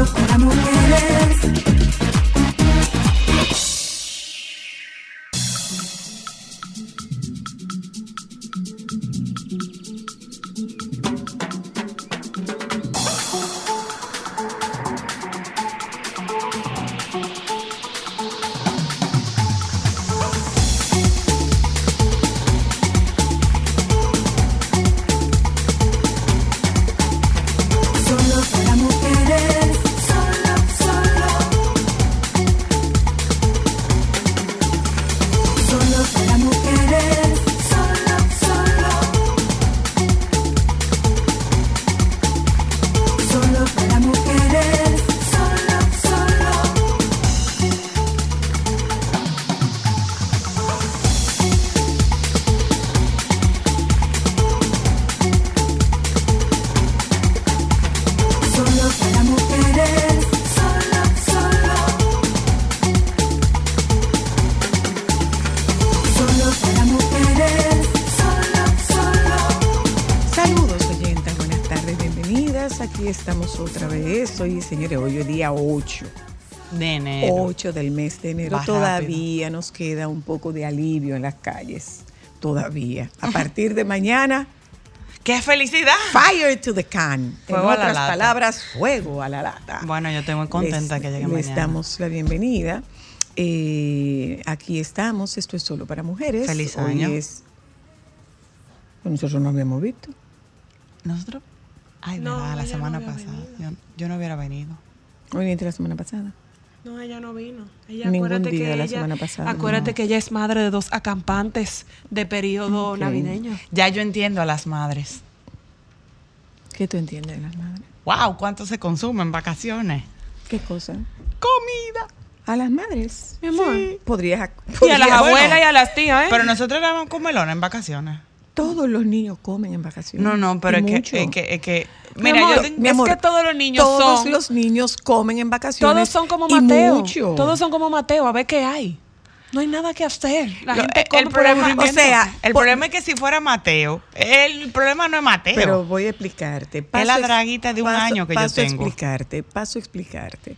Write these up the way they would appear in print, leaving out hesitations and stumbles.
Solo para mujeres. Hoy, señores, hoy es día 8 de enero. 8 del mes de enero. Va todavía rápido. Nos queda un poco de alivio en las calles. Todavía. A partir de mañana. ¡Qué felicidad! Fire to the can. Fuego en otras palabras, fuego a la lata. Bueno, yo estoy muy contenta que llegue mañana. Les damos la bienvenida. Aquí estamos. Esto es Solo para Mujeres. Feliz hoy año. Nosotros no habíamos visto. ¿Nosotros? Ay, no, verdad, la semana no pasada. Yo no hubiera venido. ¿Hoy viniste la semana pasada? No, ella no vino. Ella, ningún día de la semana pasada. Acuérdate que ella es madre de 2 acampantes de periodo navideño. Ya yo entiendo a las madres. ¿Qué tú entiendes de las madres? ¡Wow! ¿Cuánto se consume en vacaciones? ¿Qué cosa? ¡Comida! ¿A las madres? Mi amor. Sí. Podrías y a las abuelas y a las tías, ¿eh? Pero nosotros éramos comelones en vacaciones. Todos los niños comen en vacaciones. No, pero es que mira, mi amor, es que todos los niños todos los niños comen en vacaciones. Todos son como Mateo. Mucho. Todos son como Mateo. A ver qué hay. No hay nada que hacer. La gente come el problema, por o sea, el problema es que si fuera Mateo, el problema no es Mateo. Pero voy a explicarte. Es la draguita de un año que yo tengo. Paso a explicarte.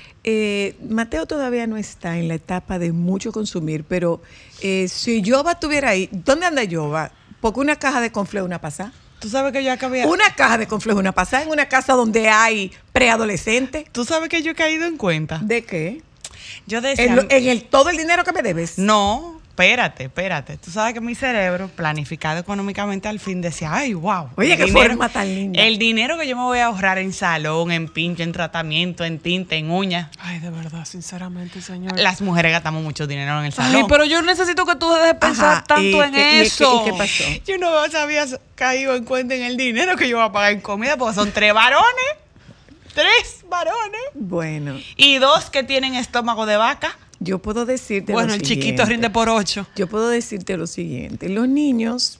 Mateo todavía no está en la etapa de mucho consumir, pero si Yoba estuviera ahí, ¿dónde anda Yoba? Porque una caja de conflejo una pasada. Tú sabes que yo acabé... Una caja de conflejo una pasada en una casa donde hay preadolescentes. Tú sabes que yo he caído en cuenta. ¿De qué? Yo decía... ¿En todo el dinero que me debes? No, espérate. Tú sabes que mi cerebro, planificado económicamente al fin, decía, ay, wow. Oye, qué forma tan linda. El dinero que yo me voy a ahorrar en salón, en pinche, en tratamiento, en tinte, en uñas. Ay, de verdad, sinceramente, señor. Las mujeres gastamos mucho dinero en el salón. Ay, pero yo necesito que tú dejes de pensar tanto en eso. ¿Y qué pasó? Yo no había caído en cuenta en el dinero que yo voy a pagar en comida, porque son 3 varones. 3 varones. Bueno. Y 2 que tienen estómago de vaca. Yo puedo decirte lo siguiente. El chiquito rinde por 8. Yo puedo decirte lo siguiente. Los niños,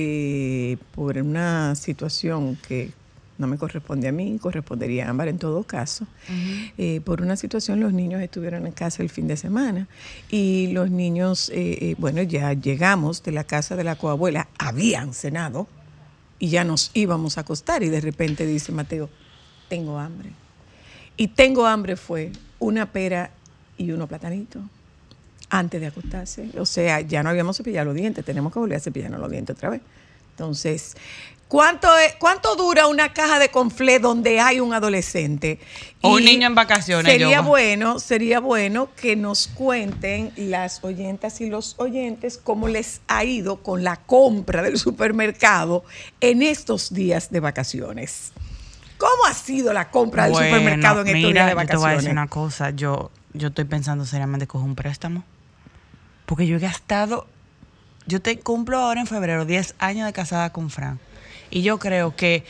por una situación que no me corresponde a mí, correspondería a Ámbar en todo caso, por una situación los niños estuvieron en casa el fin de semana y los niños, bueno, ya llegamos de la casa de la coabuela, habían cenado y ya nos íbamos a acostar y de repente dice Mateo, tengo hambre. Y tengo hambre fue una pera y unos platanitos antes de acostarse. O sea, ya no habíamos cepillado los dientes, tenemos que volver a cepillarnos los dientes otra vez. Entonces, ¿cuánto dura una caja de conflé donde hay un adolescente? O un niño en vacaciones. Sería bueno que nos cuenten las oyentas y los oyentes cómo les ha ido con la compra del supermercado en estos días de vacaciones. ¿Cómo ha sido la compra del supermercado en estos días de vacaciones? Yo te voy a decir una cosa. Yo estoy pensando seriamente coger un préstamo. Porque yo he gastado... Yo te cumplo ahora en febrero 10 años de casada con Fran. Y yo creo que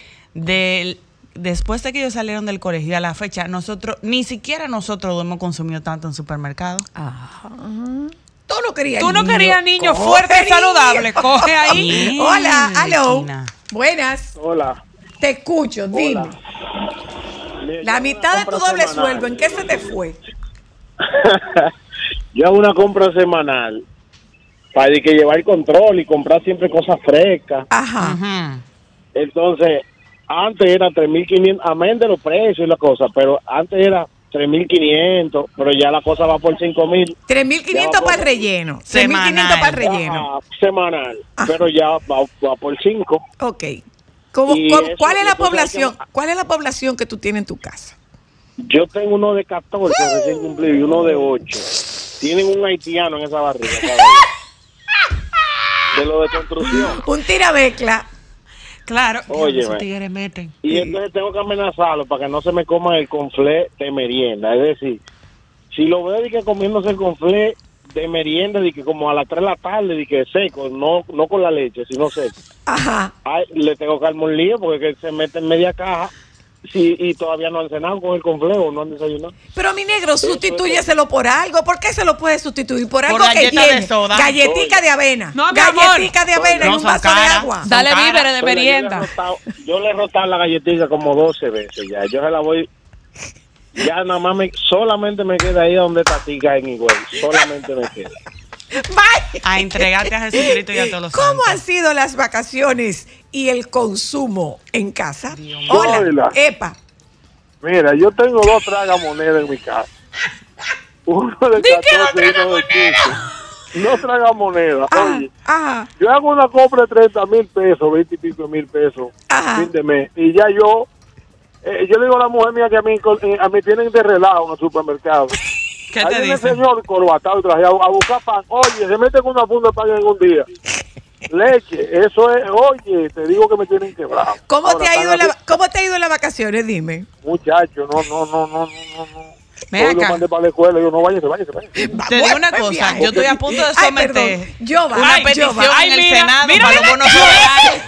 después de que ellos salieron del colegio a la fecha, ni siquiera nosotros hemos consumido tanto en supermercado. Ajá. Tú no querías niño fuerte y saludable. Coge ahí. Hola, aló. Buenas. Hola. Te escucho, dime. La mitad de tu doble sueldo, ¿en qué se te fue? Yo hago una compra semanal para que llevar control y comprar siempre cosas frescas. Ajá. Entonces, antes era 3.500, amén de los precios y la cosa, pero antes era 3.500, pero ya la cosa va por 5.000. 3.500 para el relleno. 3.500 Semanal. para el relleno. Semanal, Ajá. pero ya va por 5. Ok. Y ¿Cuál es la eso hay que- población? ¿Cuál es la población que tú tienes en tu casa? Yo tengo uno de 14 recién cumplido y uno de 8. Tienen un haitiano en esa barriga. cada uno. De lo de construcción. Un tirabecla. Claro. Oye, Esos man. tigres meten. Y entonces tengo que amenazarlo para que no se me coma el conflé de merienda. Es decir, si lo veo de que comiéndose el conflé de merienda, de que como a las 3 de la tarde, de que seco, no con la leche, sino seco. Ajá. Ay, le tengo que armar un lío porque es que se mete en media caja y todavía no han cenado con el conflé o no han desayunado. Pero mi negro, sustitúyeselo por algo. ¿Por qué se lo puede sustituir? Por algo que galleta de llene. soda. Galletica de avena. No, mi amor. Galletica de avena en No, un son vaso de caras. agua. Dale Son caras. víveres de Oiga, merienda. yo le he rotado la galletita como 12 veces ya. Yo se la voy. Ya nada más solamente me queda ahí donde Tatica en igual. Solamente me queda. Vaya. A entregarte a Jesucristo y a todos los ¿Cómo han santos. sido las vacaciones y el consumo en casa? Dios mío. Hola, Hola. epa. Mira, yo tengo 2 tragamonedas en mi casa. Uno de 14 y uno de 15. No tragamonedas. Ajá, Oye, ajá, yo hago una compra de 30,000 pesos, 20 y pico mil pesos, Ajá. fin de mes. Y ya yo le digo a la mujer mía que a mí tienen de relajo en el supermercado. ¿Qué Ahí te viene el dicen? señor corbatado y trajeado a buscar pan. Oye, se mete con una funda de pan en un día. Leche, eso es, oye, te digo que me tienen quebrado. ¿Cómo Ahora, te ha ido están así, ¿Cómo te ha ido en las vacaciones? Dime. muchacho, no. Ven Hoy lo acá. mandé para la escuela y yo, no, váyase. Te digo una cosa, yo estoy a punto de Ay, someter perdón. Jova, una ay, petición Jova. en Ay, el mira, Senado mira, para los mira. bonos soberanos.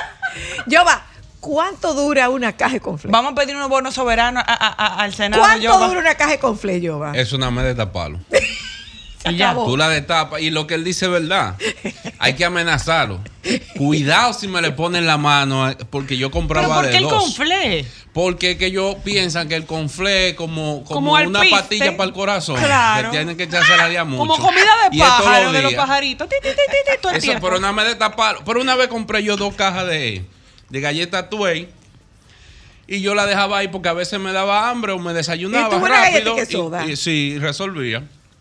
Jova, ¿cuánto dura una caja de conflé? Vamos a pedir unos bonos soberanos al Senado. ¿Cuánto Jova. dura una caja de conflé, Jova? Es una vez de taparlo. Se Y ya. acabó. Tú la destapas y lo que él dice es verdad. Hay que amenazarlo. Cuidado si me le ponen la mano, porque yo ¿Pero compraba por de qué el 2. conflé? Porque es que ellos piensan que el conflé es como Como el una piste. pastilla para el corazón. Claro. Que tienen que echarse la día mucho. Como comida Y de es todos pájaro, de los días. pajaritos. Ti, ti, ti, ti, ti, todo el Eso, tiempo. pero nada más de taparlo. Pero una vez compré yo 2 cajas de galletas Tway. Y yo la dejaba ahí porque a veces me daba hambre o me desayunaba ¿Y tú una rápido. galletica de soda? Y sí, resolvía.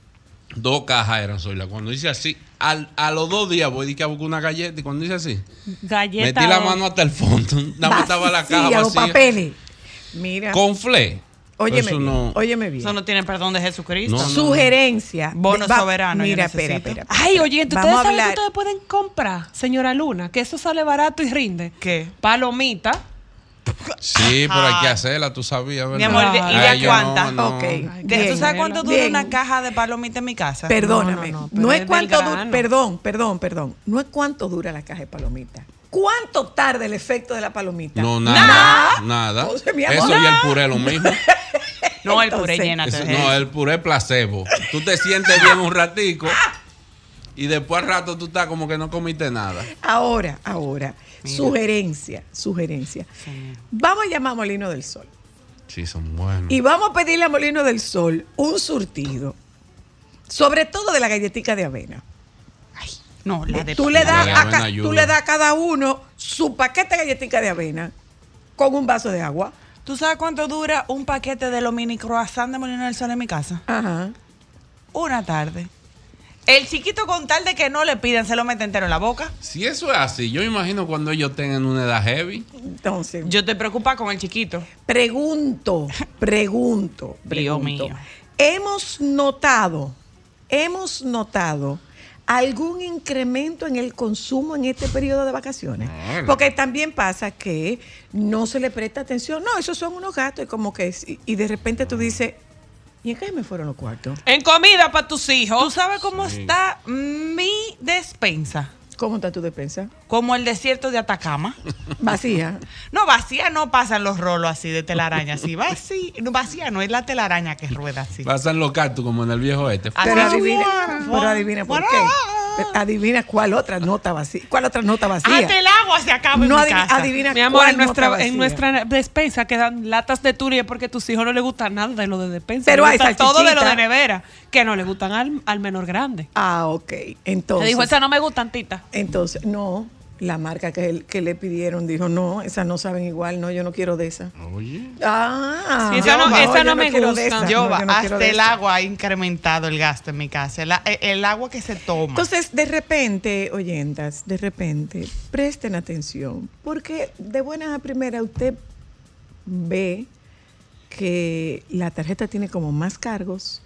2 cajas eran sola. Cuando dice así, a los 2 días voy a buscar una galleta. Y cuando dice así, Galleta. metí la mano hasta el fondo. Nada más estaba la caja Vacía, los vacía. papeles. Mira, Conflé. óyeme Eso bien, no. óyeme bien. Eso no tiene perdón de Jesucristo. No, no. Sugerencia. Bono soberano, yo Mira, necesito. espera. Ay, oye, ¿ustedes Vamos a saben que hablar. ustedes pueden comprar, señora Luna? Que eso sale barato y rinde. ¿Qué? Palomita. Sí, pero hay que hacerla, tú sabías, ¿verdad? Mi amor, ¿y Ay, de yo cuánta? Ok. ¿Tú Bien. sabes cuánto dura Bien. una caja de palomitas en mi casa? Perdóname. No, No, pero es es cuánto del dura. grano. Perdón. No es cuánto dura la caja de palomitas. ¿Cuánto tarda el efecto de la palomita? No, nada. Entonces, mi amor, Eso y el puré lo mismo. No, el puré Entonces, llénate Eso- de no, eso. el puré placebo. Tú te sientes bien un ratico y después al rato tú estás como que no comiste nada. Ahora. Sugerencia. Vamos a llamar a Molino del Sol. Sí, son buenos. Y vamos a pedirle a Molino del Sol un surtido. Sobre todo de la galletica de avena. No, la de Tú le La das de a, avena ca- ayuda. tú le das a cada uno su paquete de galletica de avena con un vaso de agua. ¿Tú sabes cuánto dura un paquete de los mini croissants de Molino del Sol en mi casa? Ajá. Una tarde. El chiquito con tal de que no le pidan, se lo mete entero en la boca. Si eso es así, yo me imagino cuando ellos tengan una edad heavy. Entonces, Yo estoy preocupada con el chiquito. pregunto. Dios mío. Hemos notado algún incremento en el consumo en este periodo de vacaciones. Claro. Porque también pasa que no se le presta atención. No, esos son unos gastos y como que y de repente tú dices, ¿y en qué me fueron los cuartos? En comida para tus ¿Tú hijos. sabes cómo está mi despensa? ¿Cómo está tu despensa? Como el desierto de Atacama. Vacía. No, vacía no pasan los rolos así de telaraña. Así, vacía no, es la telaraña que rueda así. Pasan los cactus como en el viejo este. Ah, Pero sí. adivina por qué. Adivina cuál otra nota vacía. ¿Cuál otra nota vacía? Hasta el agua se acaba en No mi casa. adivina Mi amor, cuál en nota nuestra, en vacía. nuestra despensa quedan latas de tuna y es porque a tus hijos no les gusta nada de lo de despensa. Pero les hay gusta todo de lo salchichita. de nevera, que no le gustan al menor grande. Ah, ok. Le Entonces, dijo, esa no me gustan, tita. entonces, no. La marca que le pidieron dijo, no, esas no saben igual, no, yo no quiero de esa. Oye. Ah, Sí, esa no yo me quiero gusta. de esa, Yo, no, no quiero hasta de el esa. agua ha incrementado el gasto en mi casa. El agua que se toma. Entonces, de repente, oyentas, de repente, presten atención, porque de buenas a primeras usted ve que la tarjeta tiene como más cargos,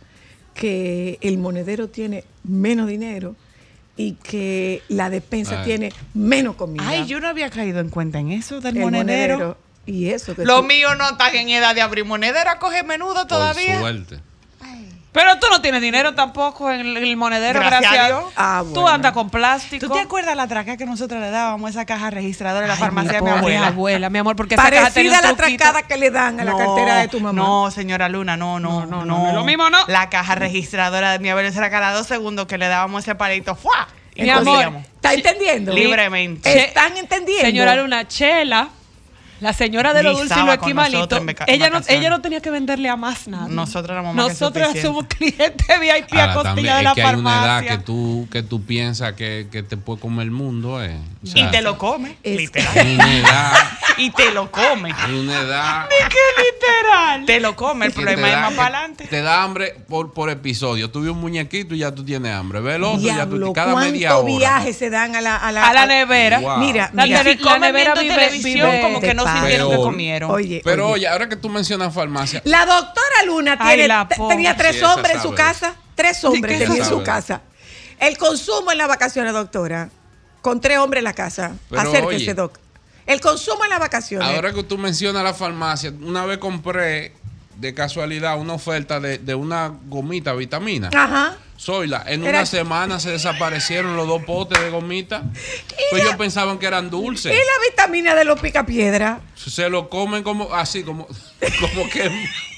que el monedero tiene menos dinero y que la despensa Ay. tiene menos comida. Ay, yo no había caído en cuenta en eso del El monedero. y eso que Los tú- míos no están en edad de abrir monedero a coger menudo todavía. Por suerte. Pero tú no tienes dinero tampoco en el monedero, Gracias gracias a a Dios. Dios. Ah, Tú bueno. andas con plástico. ¿Tú te acuerdas la traca que nosotros le dábamos a esa caja registradora de la Ay, farmacia de mi pobre abuela? mi amor, porque esa caja tenía Parecida a un la truquito. tracada que le dan a la cartera de tu mamá. No, señora Luna, no. no, lo mismo no. La caja registradora de mi abuela era cada 2 segundos que le dábamos ese palito. ¡Fua! Y Mi amor, cogíamos. ¿Está entendiendo? Libremente. ¿Están entendiendo? Señora Luna, Chela, la señora de los dulces y Guisaba los con esquimalitos, nosotros en ella vacaciones. no tenía que venderle a más nada. Nosotros éramos más que Nosotros suficientes. somos clientes VIP a Ahora, costilla también de es la que hay una edad farmacia. que tú piensas que te puede comer el mundo, O Y sea, te lo come, Es- literal. hay una edad, Y te lo come. hay una edad ¡Qué literal! Te lo come. El que problema te es da- más que para adelante. Te da hambre por episodio. Tú ves un muñequito y ya tú tienes hambre. Ves el otro y ya Diablo, tú cada media ¿cuántos hora. viajes se dan a la A la nevera. Wow. Mira, La mira. neve- Si comen nevera viendo vive- televisión, vive como que no de sintieron que peor. comieron. Oye, Pero oye. oye, ahora que tú mencionas farmacia, La doctora Luna Ay, tiene, la pobre. tenía 3 Sí, esa hombres en su sabe. casa. 3 hombres qué tenía en su sabe? casa. El consumo en las vacaciones, doctora. Con 3 hombres en la casa. Pero, Acérquese, oye. doc. El consumo en las vacaciones. ahora que tú mencionas la farmacia, una vez compré de casualidad una oferta de una gomita vitamina. Ajá. Zoila, en Era- una semana se desaparecieron los 2 potes de gomita. Pues ellos pensaban que eran Y dulces. la vitamina de los picapiedra. Se lo comen como así, como que.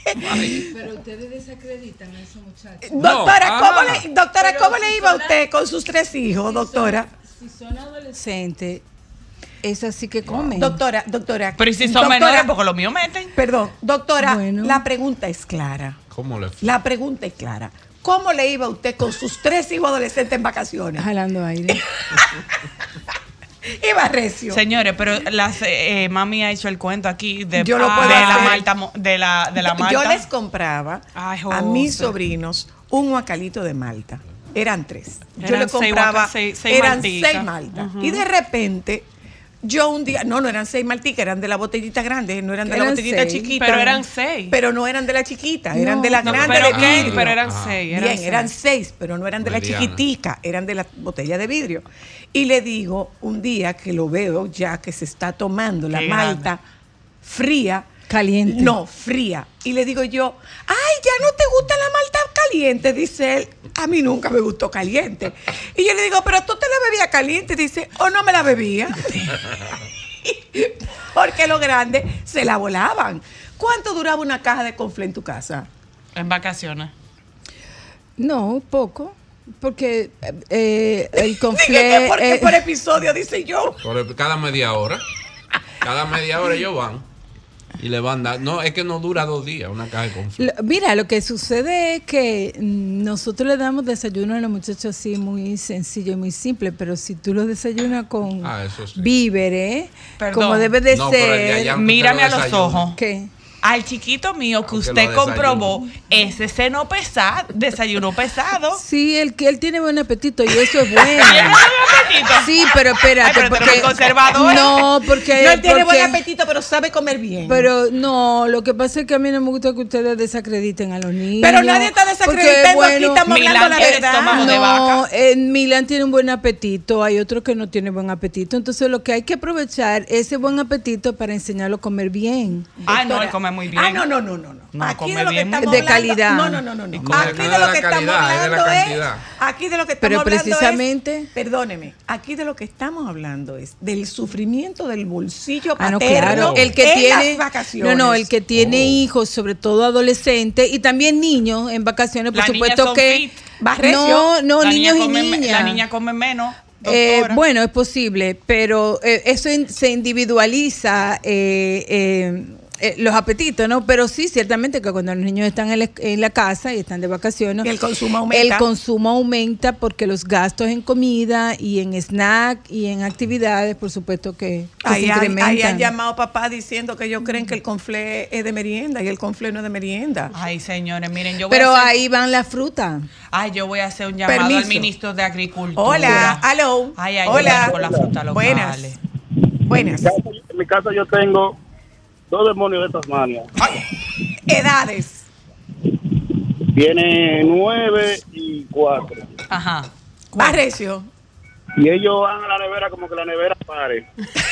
Ay. Pero ustedes desacreditan a esos muchachos. Doctora, ah. ¿cómo le iba a usted con sus 3 hijos, doctora? Si son adolescentes, es así que comen. Doctora. Pero ¿y si son doctora, menores? Porque los míos meten. Perdón, doctora, Bueno. la pregunta es clara. ¿Cómo le fue? La pregunta es clara. ¿Cómo le iba a usted con sus 3 hijos adolescentes en vacaciones? Jalando aire. Iba recio. Señores, pero mami ha hecho el cuento aquí de, Yo lo puedo de la hacer. malta, de la malta. Yo les compraba Ay, a mis José. sobrinos un guacalito de malta. Eran 3. Yo Eran le compraba, seis eran malticas. 6 maltas. Y de repente, yo un día, no eran 6 malticas, eran de la botellita grande, no eran de la Eran botellita 6, chiquita. pero eran 6. Pero no eran de la chiquita, eran No, de la No, grande pero, de ¿qué? vidrio. Pero eran Ajá. 6. Bien, eran 6, pero no eran de la Mediana. chiquitica, eran de la botella de vidrio. Y le digo un día que lo veo ya que se está tomando la Qué malta fría. Caliente. No, fría. Y le digo yo, ay, ya no te gusta la malta caliente, dice él. A mí nunca me gustó caliente. Y yo le digo, pero tú te la bebías caliente, dice, o no me la bebía. Porque los grandes se la volaban. ¿Cuánto duraba una caja de conflé en tu casa? En vacaciones. No, poco. Porque el Dije que conflé. porque por episodio, dice yo. Cada media hora. Cada media hora ellos van. Y le van a dar. No, es que no dura 2 días una caja de conflicto. Mira, lo que sucede es que nosotros le damos desayuno a los muchachos así muy sencillo y muy simple, pero si tú los desayunas con Eso sí. víveres, Perdón. como debe de No, pero el de ser. allá- Mírame a los desayuno. ojos. ¿Qué? Al chiquito mío que Aunque usted lo comprobó, ese seno pesado, desayuno pesado. Sí, él tiene buen apetito y eso es bueno. ¿Tiene buen apetito? Sí, pero espérate, Ay, pero tú eres porque conservadora. no, porque No, él tiene buen porque- apetito, pero sabe comer bien. Pero no, lo que pasa es que a mí no me gusta que ustedes desacrediten a los niños. Pero nadie está desacreditando, porque, aquí estamos Milán hablando la tiene verdad. estómago de No, vaca. Milán tiene un buen apetito, hay otros que no tienen buen apetito. Entonces lo que hay que aprovechar ese buen apetito para enseñarlo a comer bien. Ay, no, Doctora. él come muy bien. Ah, no. No, Aquí come de lo que bien. estamos De hablando. calidad. No. Y come Aquí no de es lo de que la estamos calidad, es de la hablando es. cantidad. Aquí de lo que Pero estamos hablando precisamente- es. Perdóneme. Aquí de lo que estamos hablando es del sufrimiento del bolsillo Ah, no, paterno claro. El que en tiene, las vacaciones. no, el que tiene hijos, sobre todo adolescentes y también niños en vacaciones, por Las niñas supuesto son que fit. Más recio. no, La niños niña y come- niñas. La niña come menos. Doctora. Bueno, es posible, pero eso se individualiza los apetitos, ¿no? Pero sí, ciertamente que cuando los niños están en la casa y están de vacaciones, Y el consumo aumenta. El consumo aumenta porque los gastos en comida y en snack y en actividades, por supuesto que se Ahí incrementan. han llamado papá diciendo que ellos creen que el conflé es de merienda y el conflé no es de merienda. Ay, señores, miren, yo voy Pero a hacer, ahí van las frutas. ay, yo voy a hacer un llamado Permiso. al ministro de Agricultura. Hola, hello. Ay, Hola. con la fruta local. Buenas. Buenas. En mi casa yo tengo 2 demonios de Tasmania. Edades. Tiene 9 y 4. Ajá. Más recio. Y ellos van a la nevera como que la nevera pare.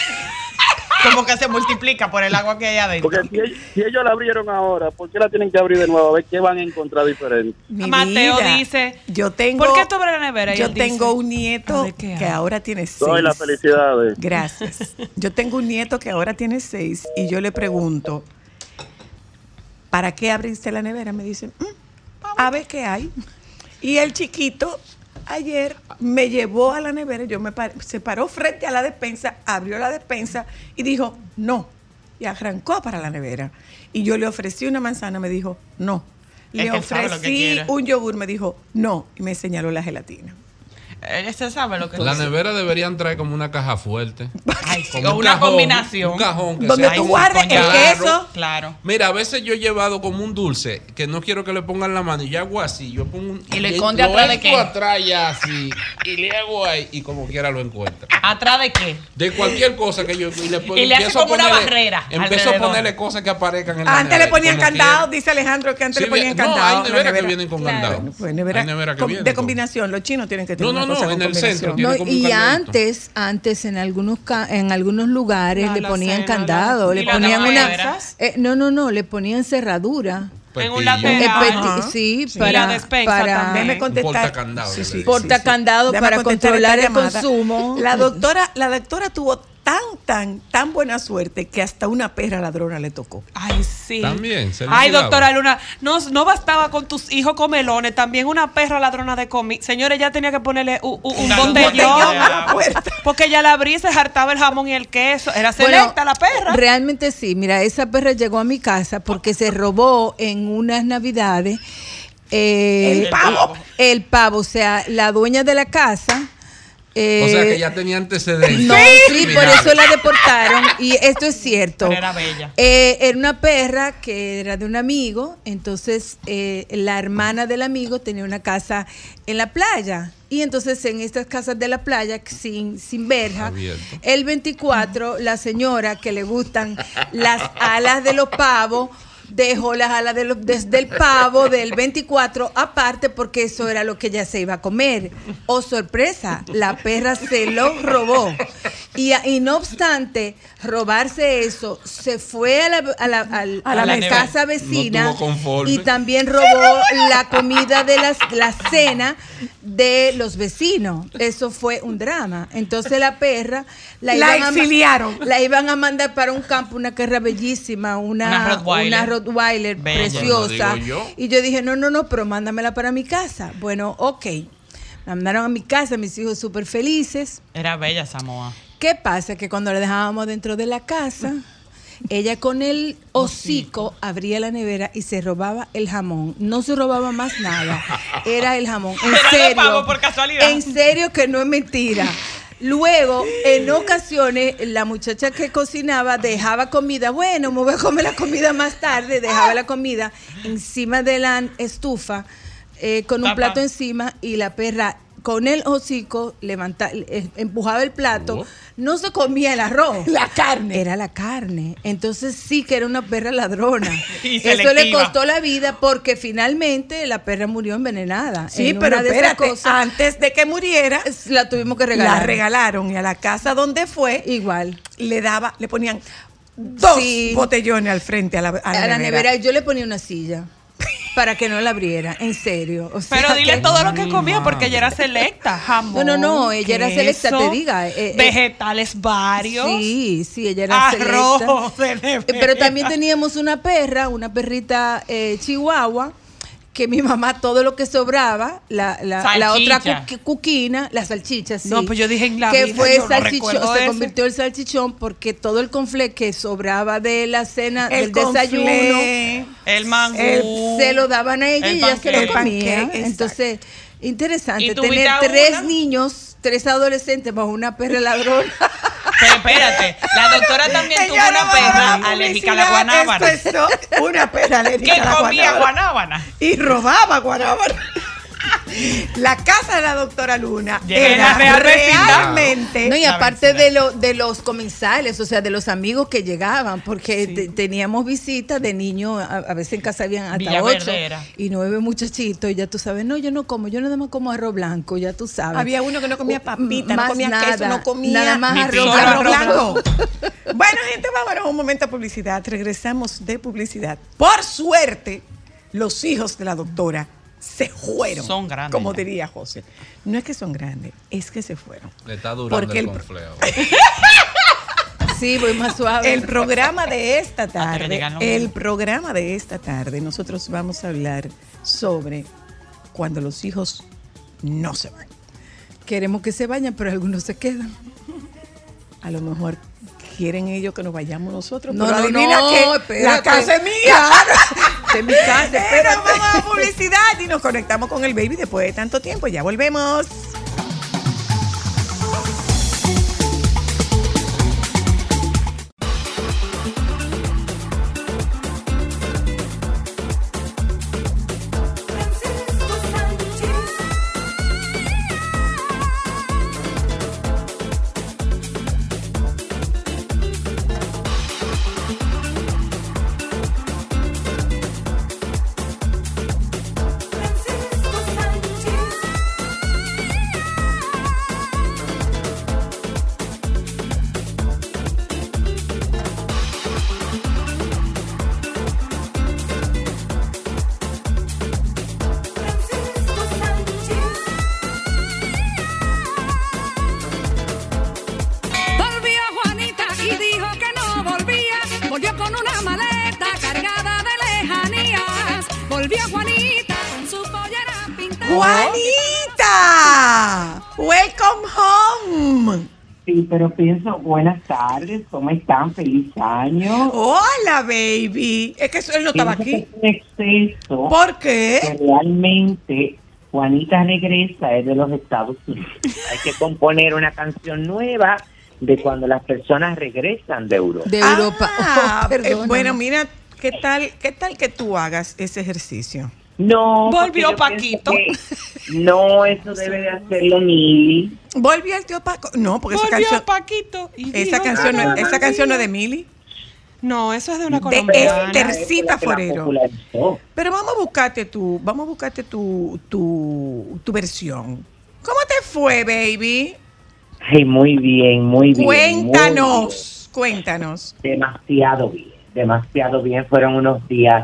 Como que se multiplica por el agua que hay adentro. Porque si ellos la abrieron ahora, ¿por qué la tienen que abrir de nuevo? A ver qué van a encontrar diferente. Mi Mateo vida. dice, Yo tengo, ¿por qué tú abres la nevera? Y Yo él dice, tengo un a nieto ver qué que hay. ahora tiene 6. Doy las felicidades. Gracias. Yo tengo un nieto que ahora tiene 6 y yo le pregunto, ¿para qué abriste la nevera? Me dicen, a ver qué hay. Y el chiquito ayer me llevó a la nevera, se paró frente a la despensa, abrió la despensa y dijo, no. Y arrancó para la nevera. Y yo le ofrecí una manzana, me dijo, no. Es Le que él sabe lo que ofrecí quiere. un yogur, me dijo, no. Y me señaló la gelatina. Ese sabe lo que La nevera deberían traer como una caja fuerte. Ay, sí, Como o un una cajón, combinación. Un cajón que Donde sea tú como- guardes el Claro. queso. Claro. Mira, a veces yo he llevado como un dulce que no quiero que le pongan la mano y yo hago así. Yo pongo un. ¿Y lo esconde atrás de qué? atrás ya así. Y le hago ahí y como quiera lo encuentra. ¿Atrás de qué? De cualquier cosa que yo. Y le hace empiezo a como una ponerle- barrera Empiezo a alrededor. ponerle cosas que aparezcan en la Antes le nevera, ponían como candado, quiera. dice Alejandro que antes Sí, le ponían no, candado. hay en la neveras que nevera. vienen con Claro, candado. pues, nevera Hay neveras que de vienen con- combinación. Los chinos tienen que tener No, una no, cosa no, con en el centro combinación. tiene como un Y candadito. antes en algunos lugares La le ponían alacena, candado, ¿y le las ponían una neveras? no, le ponían cerradura. En un Petillo. lateral. Ajá. Sí, Y para, la despensa para también. Déjeme contestar. portacandado, Sí, le sí, dicen. Portacandado Déjame para contestar controlar esta el llamada. consumo. La doctora tuvo tan buena suerte que hasta una perra ladrona le tocó. Ay, sí. También, se le Ay, quedaba. doctora Luna, no bastaba con tus hijos comelones, también una perra ladrona de comida. Señores, ya tenía que ponerle un botellón. botellón a la puerta. Porque ya la abrí y se hartaba el jamón y el queso. Era Bueno, selecta la perra. Realmente sí. Mira, esa perra llegó a mi casa porque se robó en unas navidades El pavo. El pavo, o sea, la dueña de la casa. O sea que ya tenía antecedentes. No, sí, por criminales. eso la deportaron. Y esto es cierto. Pero era bella. Era una perra que era de un amigo. Entonces, la hermana del amigo tenía una casa en la playa. Y entonces, en estas casas de la playa, sin verja, Abierto. el 24, la señora que le gustan las alas de los pavos, dejó las alas desde el pavo del 24 aparte porque eso era lo que ella se iba a comer. Oh, sorpresa, la perra se lo robó. Y no obstante robarse eso, se fue a la mesa. casa vecina No estuvo conforme. y también robó la comida de la cena de los vecinos. Eso fue un drama. Entonces la perra La iban a exiliaron. la iban a mandar para un campo, una perra bellísima, Una Rottweiler. Bella, Bella. preciosa. Lo digo yo. Y yo dije, no, pero mándamela para mi casa. Bueno, ok. Me mandaron a mi casa, mis hijos súper felices. Era bella Samoa. ¿Qué pasa? Que cuando la dejábamos dentro de la casa, ella con el hocico abría la nevera y se robaba el jamón. No se robaba más nada. Era el jamón. En Era de serio. pavo, por casualidad. En serio que no es mentira. Luego, en ocasiones, la muchacha que cocinaba dejaba comida. Bueno, me voy a comer la comida más tarde. Dejaba la comida encima de la estufa con un Tapa. plato encima y la perra con el hocico empujaba el plato. Oh. No se comía el arroz. La carne. Era la carne. Entonces sí que era una perra ladrona. Y Eso le selectiva. costó la vida porque finalmente la perra murió envenenada. Sí, En pero una de esas espérate, cosas, antes de que muriera, la tuvimos que regalar. la regalaron y a la casa donde fue, Igual. le ponían 2 Sí. botellones al frente a la A la nevera yo le ponía una silla para que no la abriera, en serio. O sea Pero dile que- todo lo que comía porque ella era selecta. Jamón. No, ella era selecta, te diga. Vegetales varios. Sí, ella era Arroz selecta. de nevera. Pero también teníamos una perrita chihuahua, que mi mamá todo lo que sobraba, la otra Salchicha. cuquina, la salchicha, sí. No, pues yo dije en la que vida, fue yo no salchichón, recuerdo se ese. convirtió en salchichón porque todo el conflé que sobraba de la cena, El del desayuno, conflé, El mangú. se lo daban a ella el y ella se lo panqueque. comía. El panqueque, Entonces, interesante ¿Y tú tener viste a 3 una? niños, 3 adolescentes bajo una perra ladrona. Pero espérate, la doctora también tuvo Señora, una perra vamos a alérgica a la publicidad. guanábana. Esto es una perra alérgica Que a la comía guanábana. y robaba guanábana. La casa de la doctora Luna Llega en era la Real Vecindad. realmente No, y La aparte vecindad. de los comensales, o sea, de los amigos que llegaban, porque teníamos visitas de niños, a veces en casa habían hasta Villaverde 8 era. y 9 muchachitos, y ya tú sabes, no, yo no como, yo nada más como arroz blanco, ya tú sabes. había uno que no comía papita, no Más comía nada, queso, no comía nada más Ni arroz pizza. blanco. arroz blanco. Bueno, gente, vámonos un momento a publicidad. Regresamos de publicidad. Por suerte, los hijos de la doctora se fueron. Son grandes Como ya. diría José. No es que son grandes, es que se fueron. Le está durando Porque el el- confleo. Sí, voy más suave. El programa de esta Hasta que tarde, llegan los nosotros vamos a hablar sobre cuando los hijos no se van. Queremos que se vayan, pero algunos se quedan. A lo mejor quieren ellos que nos vayamos nosotros. No, pero no, adivina no, que espérate. la casa es mía. De mi casa, Pero espérate. vamos a publicidad y nos conectamos con el baby después de tanto tiempo. Ya volvemos. Francisco Sánchez. Francisco Sánchez. Francisco Sánchez. Volvió Juanita y dijo que no volvía. Volvió con una maleta cargada de lejanías. Volvió Juanita con su pollera pintada. ¡Juanita! ¡Welcome home! Sí, pero pienso, buenas tardes, ¿cómo están? ¡Feliz año! Hola, baby. Es que él no estaba Pienso aquí. que es un exceso, ¿Por qué? que realmente Juanita regresa es de los Estados Unidos. Hay que componer una canción nueva de cuando las personas regresan de Europa. De Europa. Ah, Perdóname. bueno, mira, ¿qué tal que tú hagas ese ejercicio? No, porque Volvió yo Paquito. pienso que no, eso debe de hacerlo Mili. ¿Volvió el tío Paco? No, porque esa Volvió canción, Paquito. Y esa dijo canción, que no, no esa canción no es de volvía. Mili. No, eso es de una De colombiana. Esther. Tercita Esa es la que la Forero. popularizó. Pero vamos a buscarte tu versión. ¿Cómo te fue, baby? Ay, muy bien, muy bien. muy bien. Cuéntanos. Demasiado bien. Fueron unos días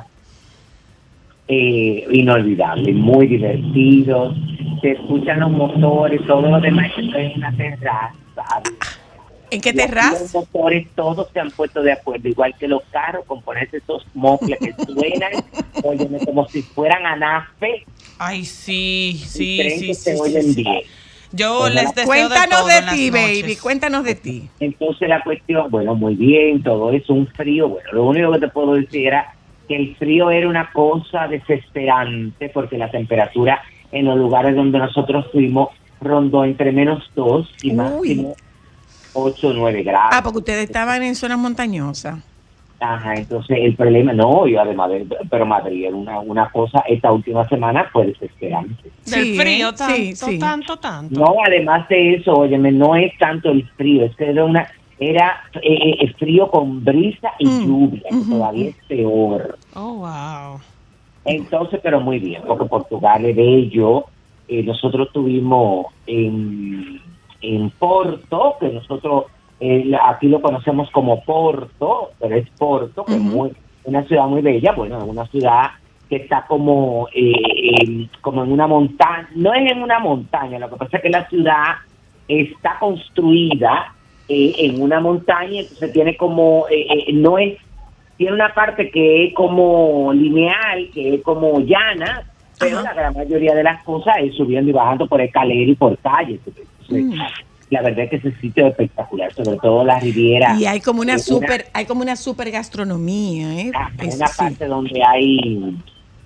inolvidables, muy divertidos. Se escuchan los motores, todo lo demás. Estoy en una terraza. ¿En qué Los terraza? motores todos se han puesto de acuerdo, igual que los carros, con ponerse esos mofles que suenan, óyeme, como si fueran anafe, Ay, sí, y sí, creen sí, que sí, se sí, oyen sí. bien. Yo Pues les deseo Cuéntanos de de todo en ti, las baby. noches. Cuéntanos de ti. Entonces la cuestión, bueno, muy bien, todo es un frío. Bueno, lo único que te puedo decir era que el frío era una cosa desesperante porque la temperatura en los lugares donde nosotros fuimos rondó entre -2 y máximo 8 o 9 grados. Ah, porque ustedes estaban en zonas montañosas. Ajá, entonces el problema, no, y además, pero Madrid era una cosa, esta última semana fue desesperante. Del Sí, frío, tanto, sí. tanto. No, además de eso, óyeme, no es tanto el frío, es que era frío con brisa y lluvia, que todavía es peor. Oh, wow. Entonces, pero muy bien, porque Portugal es bello. Nosotros tuvimos en Porto, que nosotros aquí lo conocemos como Porto, pero es Porto, que es una ciudad muy bella, bueno, es una ciudad que está como en una montaña, no es en una montaña, lo que pasa es que la ciudad está construida en una montaña, entonces tiene como, tiene una parte que es como lineal, que es como llana, Pero Ajá. la gran mayoría de las cosas es subiendo y bajando por escalera y por calles. Entonces, la verdad es que ese sitio es espectacular, sobre todo la Riviera. Y hay como una Eh, super gastronomía, ¿eh? una Sí. parte donde hay,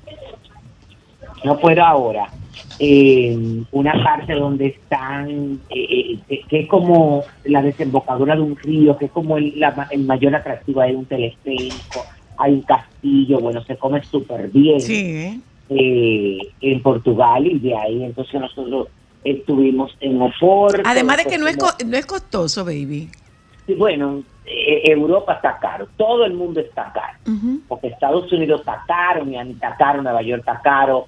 no puedo ahora, una parte donde están, que es como la desembocadura de un río, que es como el mayor atractivo. Hay un teleférico, hay un castillo, bueno, se come súper bien. Sí, En Portugal, y de ahí entonces nosotros estuvimos en Oporto. Además de que no después no es costoso, baby. sí, bueno, Europa está caro, todo el mundo está caro, porque Estados Unidos está caro, Miami está caro, Nueva York está caro,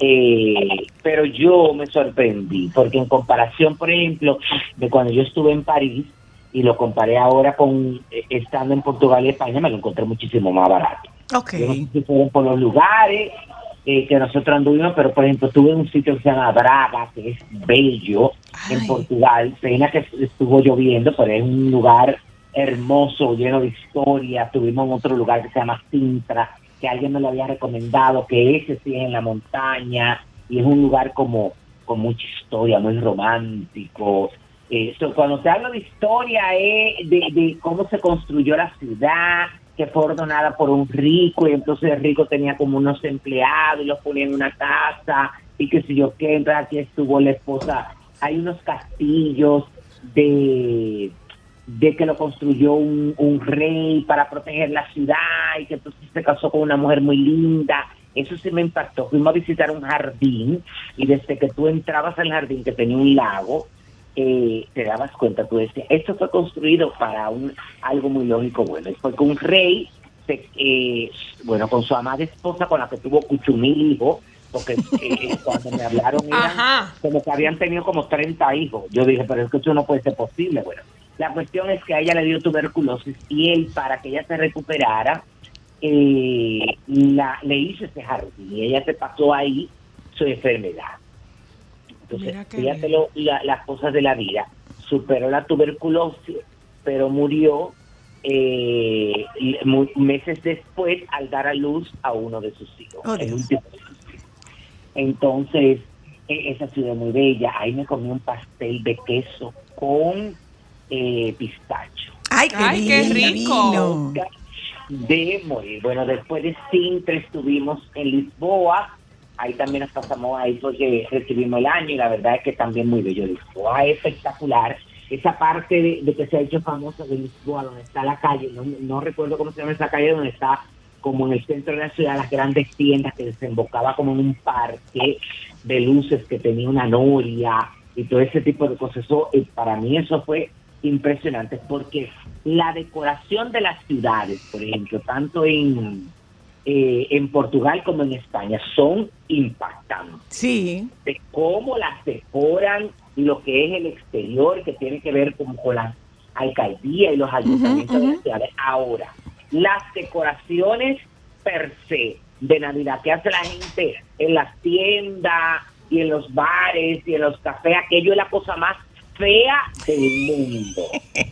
pero yo me sorprendí, porque en comparación, por ejemplo, de cuando yo estuve en París, y lo comparé ahora con estando en Portugal y España, me lo encontré muchísimo más barato. Ok. Yo no sé si fueron por los lugares que nosotros anduvimos, pero por ejemplo estuve en un sitio que se llama Braga, que es bello, en Portugal. Pena que estuvo lloviendo, pero es un lugar hermoso, lleno de historia. Estuvimos en otro lugar que se llama Sintra, que alguien me lo había recomendado, que ese sí es en la montaña, y es un lugar como con mucha historia, muy romántico. Cuando te hablo de historia es de cómo se construyó la ciudad, que fue ordenada por un rico, y entonces el rico tenía como unos empleados y los ponía en una casa, y qué sé yo qué. Entonces aquí estuvo la esposa. Hay unos castillos de que lo construyó un rey para proteger la ciudad, y que entonces se casó con una mujer muy linda. Eso sí me impactó. Fuimos a visitar un jardín, y desde que tú entrabas al jardín, que tenía un lago, te dabas cuenta, tú decías, esto fue construido para algo muy lógico. Bueno, y fue que un rey, con su amada esposa, con la que tuvo 8,000 hijos, porque cuando me hablaron eran como que habían tenido como 30 hijos. Yo dije, pero es que eso no puede ser posible. Bueno, la cuestión es que a ella le dio tuberculosis, y él, para que ella se recuperara, le hizo ese jardín, y ella se pasó ahí su enfermedad. Entonces, fíjate las cosas de la vida. Superó la tuberculosis, pero murió meses después al dar a luz a uno de sus hijos, el último de sus hijos. Entonces, esa ciudad es muy bella. Ahí me comí un pastel de queso con pistacho. ¡Ay, qué rico! De morir. Bueno, después de Sintra estuvimos en Lisboa. Ahí también nos pasamos ahí porque recibimos el año, y la verdad es que también muy bello. Lisboa es espectacular. Esa parte de que se ha hecho famosa de Lisboa, donde está la calle, no recuerdo cómo se llama esa calle, donde está como en el centro de la ciudad las grandes tiendas, que desembocaba como en un parque de luces que tenía una noria y todo ese tipo de cosas. Eso, para mí eso fue impresionante, porque la decoración de las ciudades, por ejemplo, tanto en Portugal como en España, son impactantes. Sí. De cómo las decoran, y lo que es el exterior, que tiene que ver con la alcaldía y los ayuntamientos de las ciudades. Ahora, las decoraciones per se de Navidad que hace la gente en las tiendas y en los bares y en los cafés, aquello es la cosa más fea del mundo.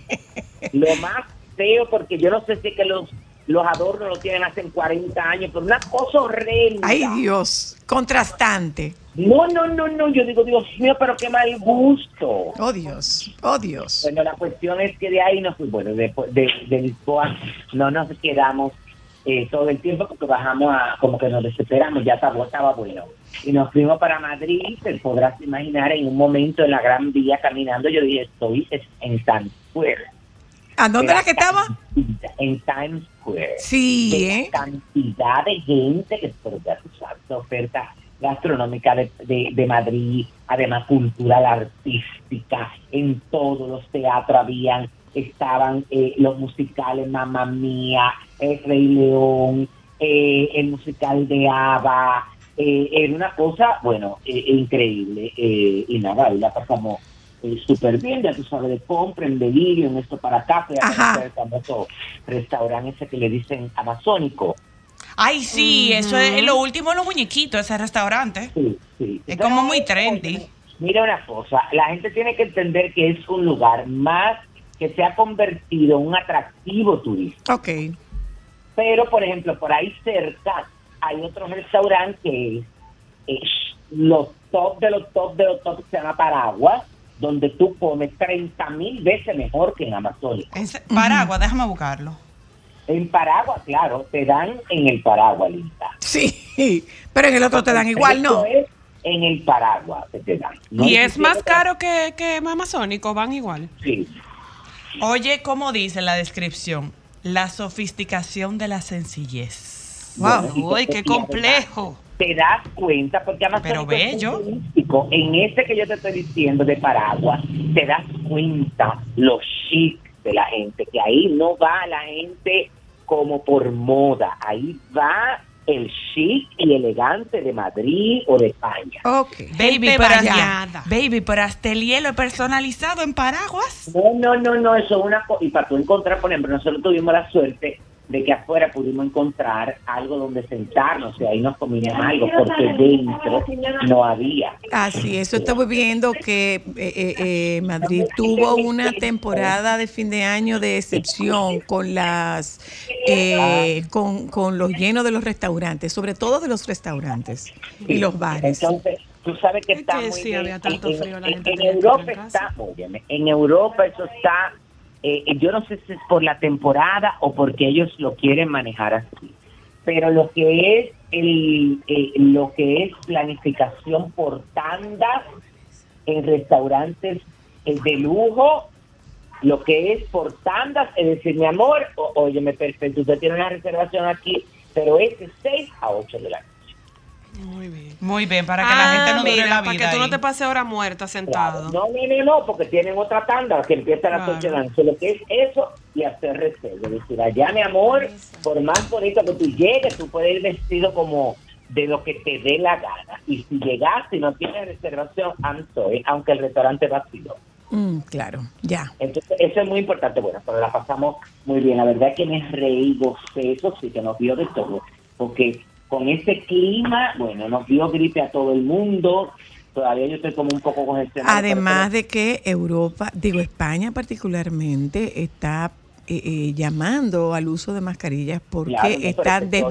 Lo más feo, porque yo no sé si es que los adornos lo tienen hace 40 años, pero una cosa horrenda. Ay, Dios, contrastante. No, yo digo, Dios mío, pero qué mal gusto. Oh, Dios. Bueno, la cuestión es que de ahí nos fuimos, bueno, de Lisboa no nos quedamos todo el tiempo, porque bajamos como que nos desesperamos, ya estaba bueno. Y nos fuimos para Madrid. Te podrás imaginar, en un momento en la Gran Vía caminando, yo dije, estoy en Times Square. ¿A dónde era que estaba? En Times Square. Sí, La cantidad de gente que, pero ya tú sabes, la oferta gastronómica de Madrid, además cultural, artística, en todos los teatros estaban los musicales Mamma Mía, El Rey León, el musical de ABBA, era una cosa, bueno, increíble, y nada, ahí la pasamos súper bien, ya tú sabes, de compra, en Delirio, en esto para acá, fui a conocer el famoso restaurante ese que le dicen amazónico. Ay, sí, eso es lo último de los muñequitos, ese restaurante. Sí. Es como muy trendy. Mira una cosa, la gente tiene que entender que es un lugar más que se ha convertido en un atractivo turístico. Ok. Pero, por ejemplo, por ahí cerca hay otro restaurante que los top de los top se llama Paraguas, donde tú comes 30,000 veces mejor que en Amazónico. Paraguas, déjame buscarlo. En Paraguas, claro, te dan en el Paraguas, Linda. Sí, pero en el otro te dan igual, ¿no? Eso es en el Paraguas que te dan. No ¿Y es es más caro que Amazónico? ¿Van igual? Sí. Oye, ¿cómo dice la descripción? La sofisticación de la sencillez. Bueno, ¡Uy, qué complejo! Te das cuenta, porque Amazónico Pero bello. es muy turístico. En este que yo te estoy diciendo de Paraguas, te das cuenta lo chic de la gente, que ahí no va la gente como por moda, ahí va el chic y elegante de Madrid o de España. Ok. Baby, Gente pero bañada. pero hasta el hielo es personalizado en Paraguas. No, eso es una cosa. Y para tú encontrar, por ejemplo, nosotros tuvimos la suerte de que afuera pudimos encontrar algo donde sentarnos y ahí nos comíamos algo, porque dentro no había. Así, eso estamos viendo que Madrid tuvo una temporada de fin de año de excepción con las con los llenos de los restaurantes, sobre todo de los restaurantes y los bares. Entonces, tú sabes que Es está que muy sí, bien. había tanto frío, la gente En tenía que Europa estar en casa. está, óyeme, en Europa eso está, yo no sé si es por la temporada o porque ellos lo quieren manejar así, pero lo que es planificación por tandas en restaurantes de lujo, lo que es por tandas, es decir, mi amor, óyeme, perfecto, usted tiene una reservación aquí, pero es de 6 a 8 de la noche. Muy bien. Muy bien, para que la gente no dure mira, la para vida que tú no ahí. te pases hora muerta sentado. Claro. No, porque tienen otra tanda que empieza a las 8 de la noche. Lo que es eso y hacer reserva. Es decir, allá, mi amor, por más bonito que tú llegues, tú puedes ir vestido como de lo que te dé la gana. Y si llegaste y no tienes reservación, I'm sorry, aunque el restaurante es vacío. Claro, ya. Entonces, eso es muy importante. Bueno, pero la pasamos muy bien. La verdad es que me reí, gocé, eso sí que nos dio de todo. Porque con ese clima, bueno, nos dio gripe a todo el mundo. Todavía yo estoy como un poco congestionado. Además de que España particularmente está llamando al uso de mascarillas porque Claro, no, pero están es que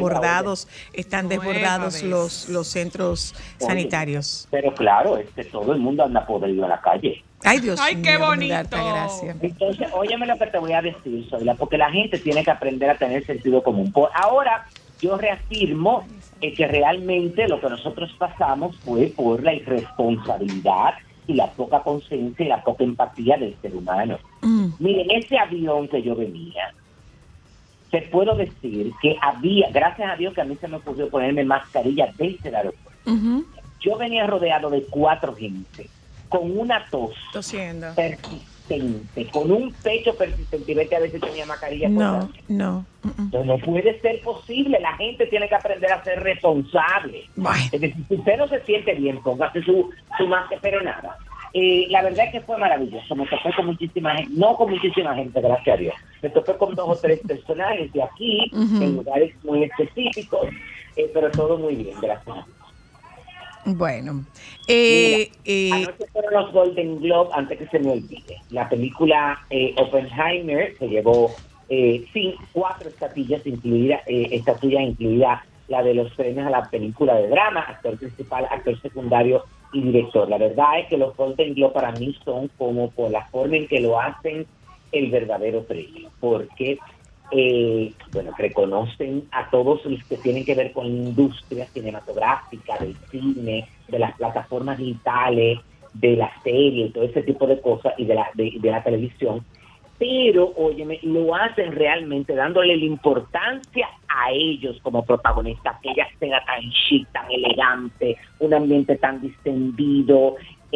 están Nueva desbordados vez. los centros Oye, sanitarios. Pero claro, todo el mundo anda podrido en la calle. Ay, Dios Ay, mío, qué me da bonito. harta gracia. Entonces, óyeme lo que te voy a decir, Zoila, porque la gente tiene que aprender a tener sentido común. Ahora, yo reafirmo que realmente lo que nosotros pasamos fue por la irresponsabilidad y la poca conciencia y la poca empatía del ser humano. Miren, ese avión que yo venía, te puedo decir que había, gracias a Dios que a mí se me ocurrió ponerme mascarilla desde el aeropuerto. Yo venía rodeado de 4 gente, con una tos Tosiendo. persistente, con un pecho persistente, y vete a ver si tenía mascarilla. No. Entonces, no puede ser posible, la gente tiene que aprender a ser responsable. Bueno. Es decir, si usted no se siente bien, póngase su máscara, pero nada. La verdad es que fue maravilloso, me topé con muchísima gente, no con muchísima gente, gracias a Dios, me topé con 2 o 3 personajes de aquí, en lugares muy específicos, pero todo muy bien, gracias a Dios. Bueno, Anoche fueron los Golden Globe, antes que se me olvide. La película Oppenheimer se llevó 4 estatuillas, incluida la de los premios a la película de drama, actor principal, actor secundario y director. La verdad es que los Golden Globe para mí son como por la forma en que lo hacen el verdadero premio, porque reconocen a todos los que tienen que ver con la industria cinematográfica, del cine, de las plataformas digitales, de la serie y todo ese tipo de cosas y de la televisión, pero óyeme, lo hacen realmente dándole la importancia a ellos como protagonistas, aquella escena tan chic, tan elegante, un ambiente tan distendido,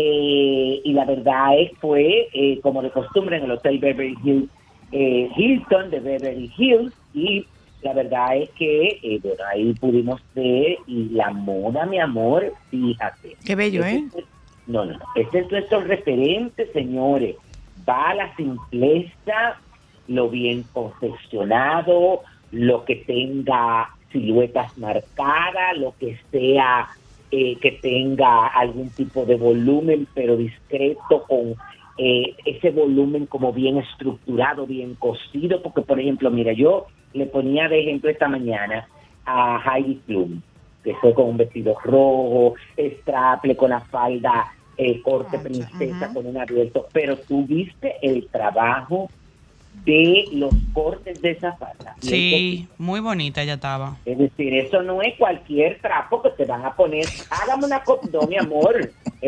y la verdad fue como de costumbre en el Hotel Beverly Hills, Hilton de Beverly Hills, y la verdad es que ahí pudimos ver, y la moda, mi amor, fíjate. Qué bello, ¿eh? No, este es nuestro referente, señores. Va la simpleza, lo bien confeccionado, lo que tenga siluetas marcadas, lo que sea que tenga algún tipo de volumen, pero discreto, con ese volumen como bien estructurado, bien cosido, porque por ejemplo, mira, yo le ponía de ejemplo esta mañana a Heidi Klum, que fue con un vestido rojo, straple con la falda corte Ancha, princesa ajá. con un abierto, pero tú viste el trabajo de los cortes de esa falda. Y Sí, muy bonita ella estaba. es decir, eso no es cualquier trapo que te van a poner. Hágame una no, mi amor.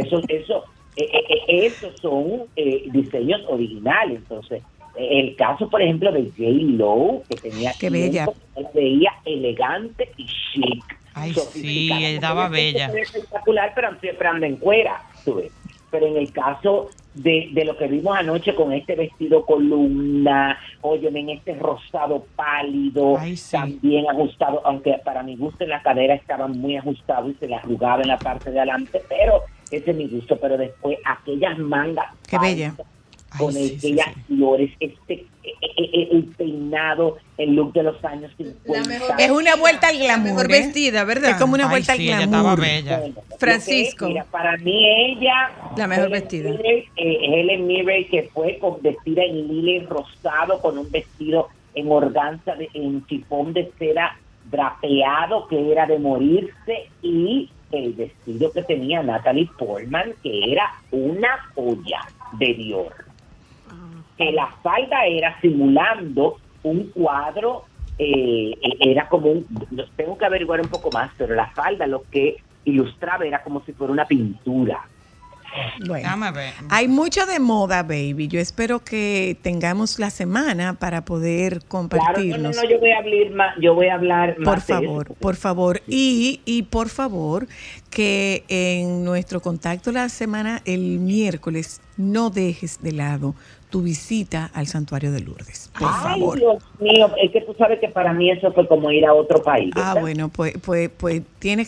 Esos son diseños originales. Entonces, el caso, por ejemplo, de J-Lo, que tenía Qué bella. la veía elegante y chic. Ay, sofisticada. sí, estaba Porque ella bella. siempre es espectacular, pero siempre anda en cuera, tú ves. Pero en el caso de lo que vimos anoche con este vestido columna, óyeme, en este rosado pálido, Ay, sí. también ajustado, aunque para mi gusto en la cadera estaba muy ajustado y se le arrugaba en la parte de adelante, pero ese es mi gusto. Pero después aquellas mangas Qué bella. con Ay, sí, aquellas sí. flores, el peinado, el look de los años 50. Es una vuelta al La glamour. mejor ¿eh? vestida, ¿verdad? Es como una Ay, vuelta sí, al ella estaba glamour. bella. Bueno, Francisco. mira, para mí ella... La mejor Helen vestida. Mirren, Helen Mirren, que fue vestida en lila y rosado con un vestido en organza, en chifón de seda drapeado, que era de morirse, y el vestido que tenía Natalie Portman, que era una joya de Dior. Que la falda era simulando un cuadro, era como tengo que averiguar un poco más, pero la falda lo que ilustraba era como si fuera una pintura. Bueno, Déjame ver. hay mucho de moda, baby. Yo espero que tengamos la semana para poder Claro, compartirnos. yo voy a hablar más, Por de eso, favor, porque- por favor. Y por favor, que en nuestro contacto la semana, el miércoles, no dejes de lado tu visita al Santuario de Lourdes. Por Ay, favor. Dios mío, es que tú sabes que para mí eso fue como ir a otro país. Ah, ¿verdad? bueno, pues tienes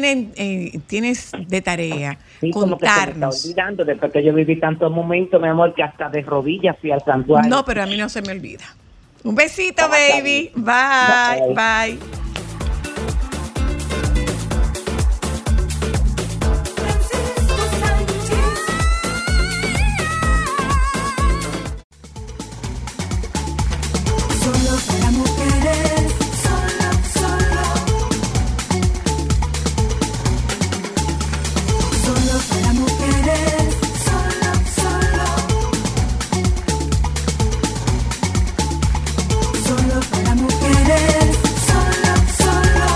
de tarea Sí, como que se me está contarnos. olvidando, después que yo viví tantos momentos, mi amor, que hasta de rodillas fui al santuario. No, pero a mí no se me olvida. Un besito, Ah, está baby. bien. Bye, Bye. bye. Francisco Sánchez. Solo para mujeres, solo, solo. Solo para mujeres, solo, solo. Solo para mujeres, solo, solo.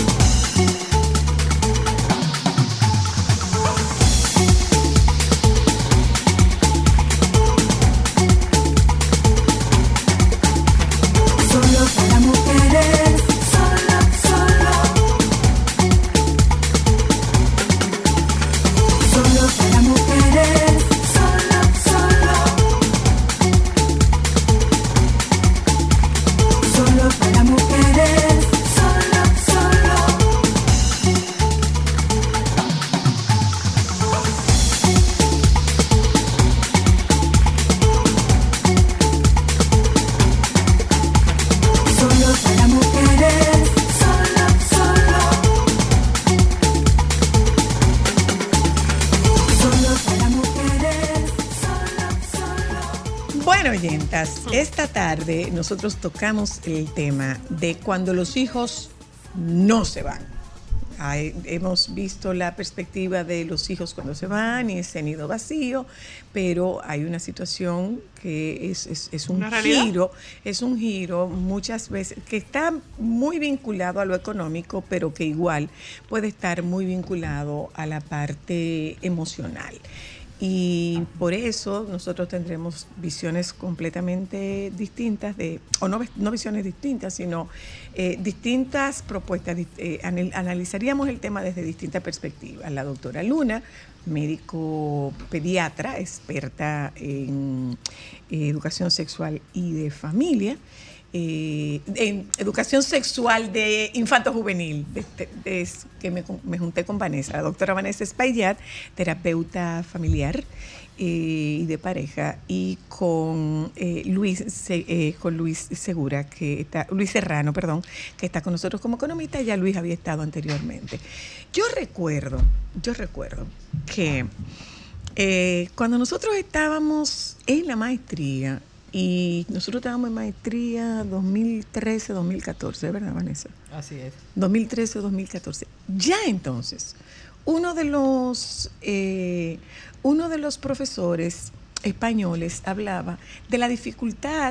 Solo para mujeres, solo, solo. Solo para mujeres, solo, solo. Solo para mujeres, solo, solo. Solo para mujeres, solo, solo. Solo para mujeres, solo, solo. Bueno, oyentas, esta tarde nosotros tocamos el tema de cuando los hijos no se van. Hemos visto la perspectiva de los hijos cuando se van y ese nido vacío, pero hay una situación que es un ¿Una realidad? es un giro muchas veces que está muy vinculado a lo económico, pero que igual puede estar muy vinculado a la parte emocional. Y por eso nosotros tendremos visiones completamente distintas, no visiones distintas, sino distintas propuestas. Analizaríamos el tema desde distintas perspectivas. La doctora Luna, médico pediatra, experta en educación sexual y de familia, en educación sexual de infanto juvenil, que me junté con Vanessa, la doctora Vanessa Espaillat, terapeuta familiar y de pareja, y con Luis Segura, Luis Serrano, perdón, que está con nosotros como economista. Ya Luis había estado anteriormente. Yo recuerdo que cuando nosotros estábamos en la maestría, Y nosotros estábamos en maestría 2013-2014, ¿verdad, Vanessa? Así es. 2013-2014. Ya entonces, uno de los profesores españoles hablaba de la dificultad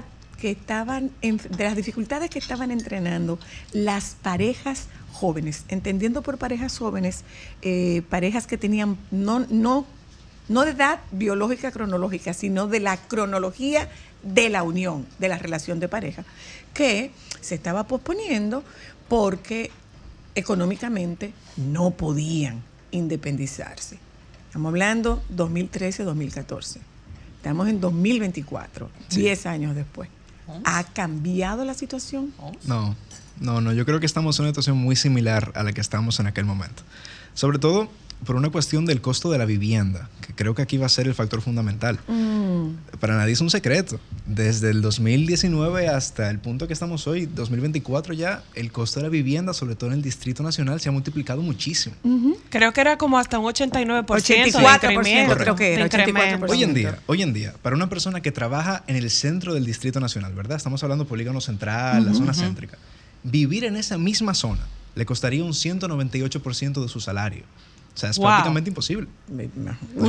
de las dificultades que estaban entrenando las parejas jóvenes, entendiendo por parejas jóvenes, parejas que tenían no de edad biológica cronológica, sino de la cronología de la unión, de la relación de pareja, que se estaba posponiendo porque económicamente no podían independizarse. Estamos hablando 2013-2014. Estamos en 2024, 10 años después. ¿Ha cambiado la situación? No. Yo creo que estamos en una situación muy similar a la que estábamos en aquel momento. Sobre todo por una cuestión del costo de la vivienda, que creo que aquí va a ser el factor fundamental. Para nadie es un secreto. Desde el 2019 hasta el punto que estamos hoy, 2024 ya, el costo de la vivienda, sobre todo en el Distrito Nacional, se ha multiplicado muchísimo. Creo que era como hasta un 89%. 84% creo que era, 84%. Hoy en día, para una persona que trabaja en el centro del Distrito Nacional, ¿verdad? Estamos hablando de Polígono Central, la zona céntrica. Vivir en esa misma zona le costaría un 198% de su salario. O sea, es prácticamente imposible. Un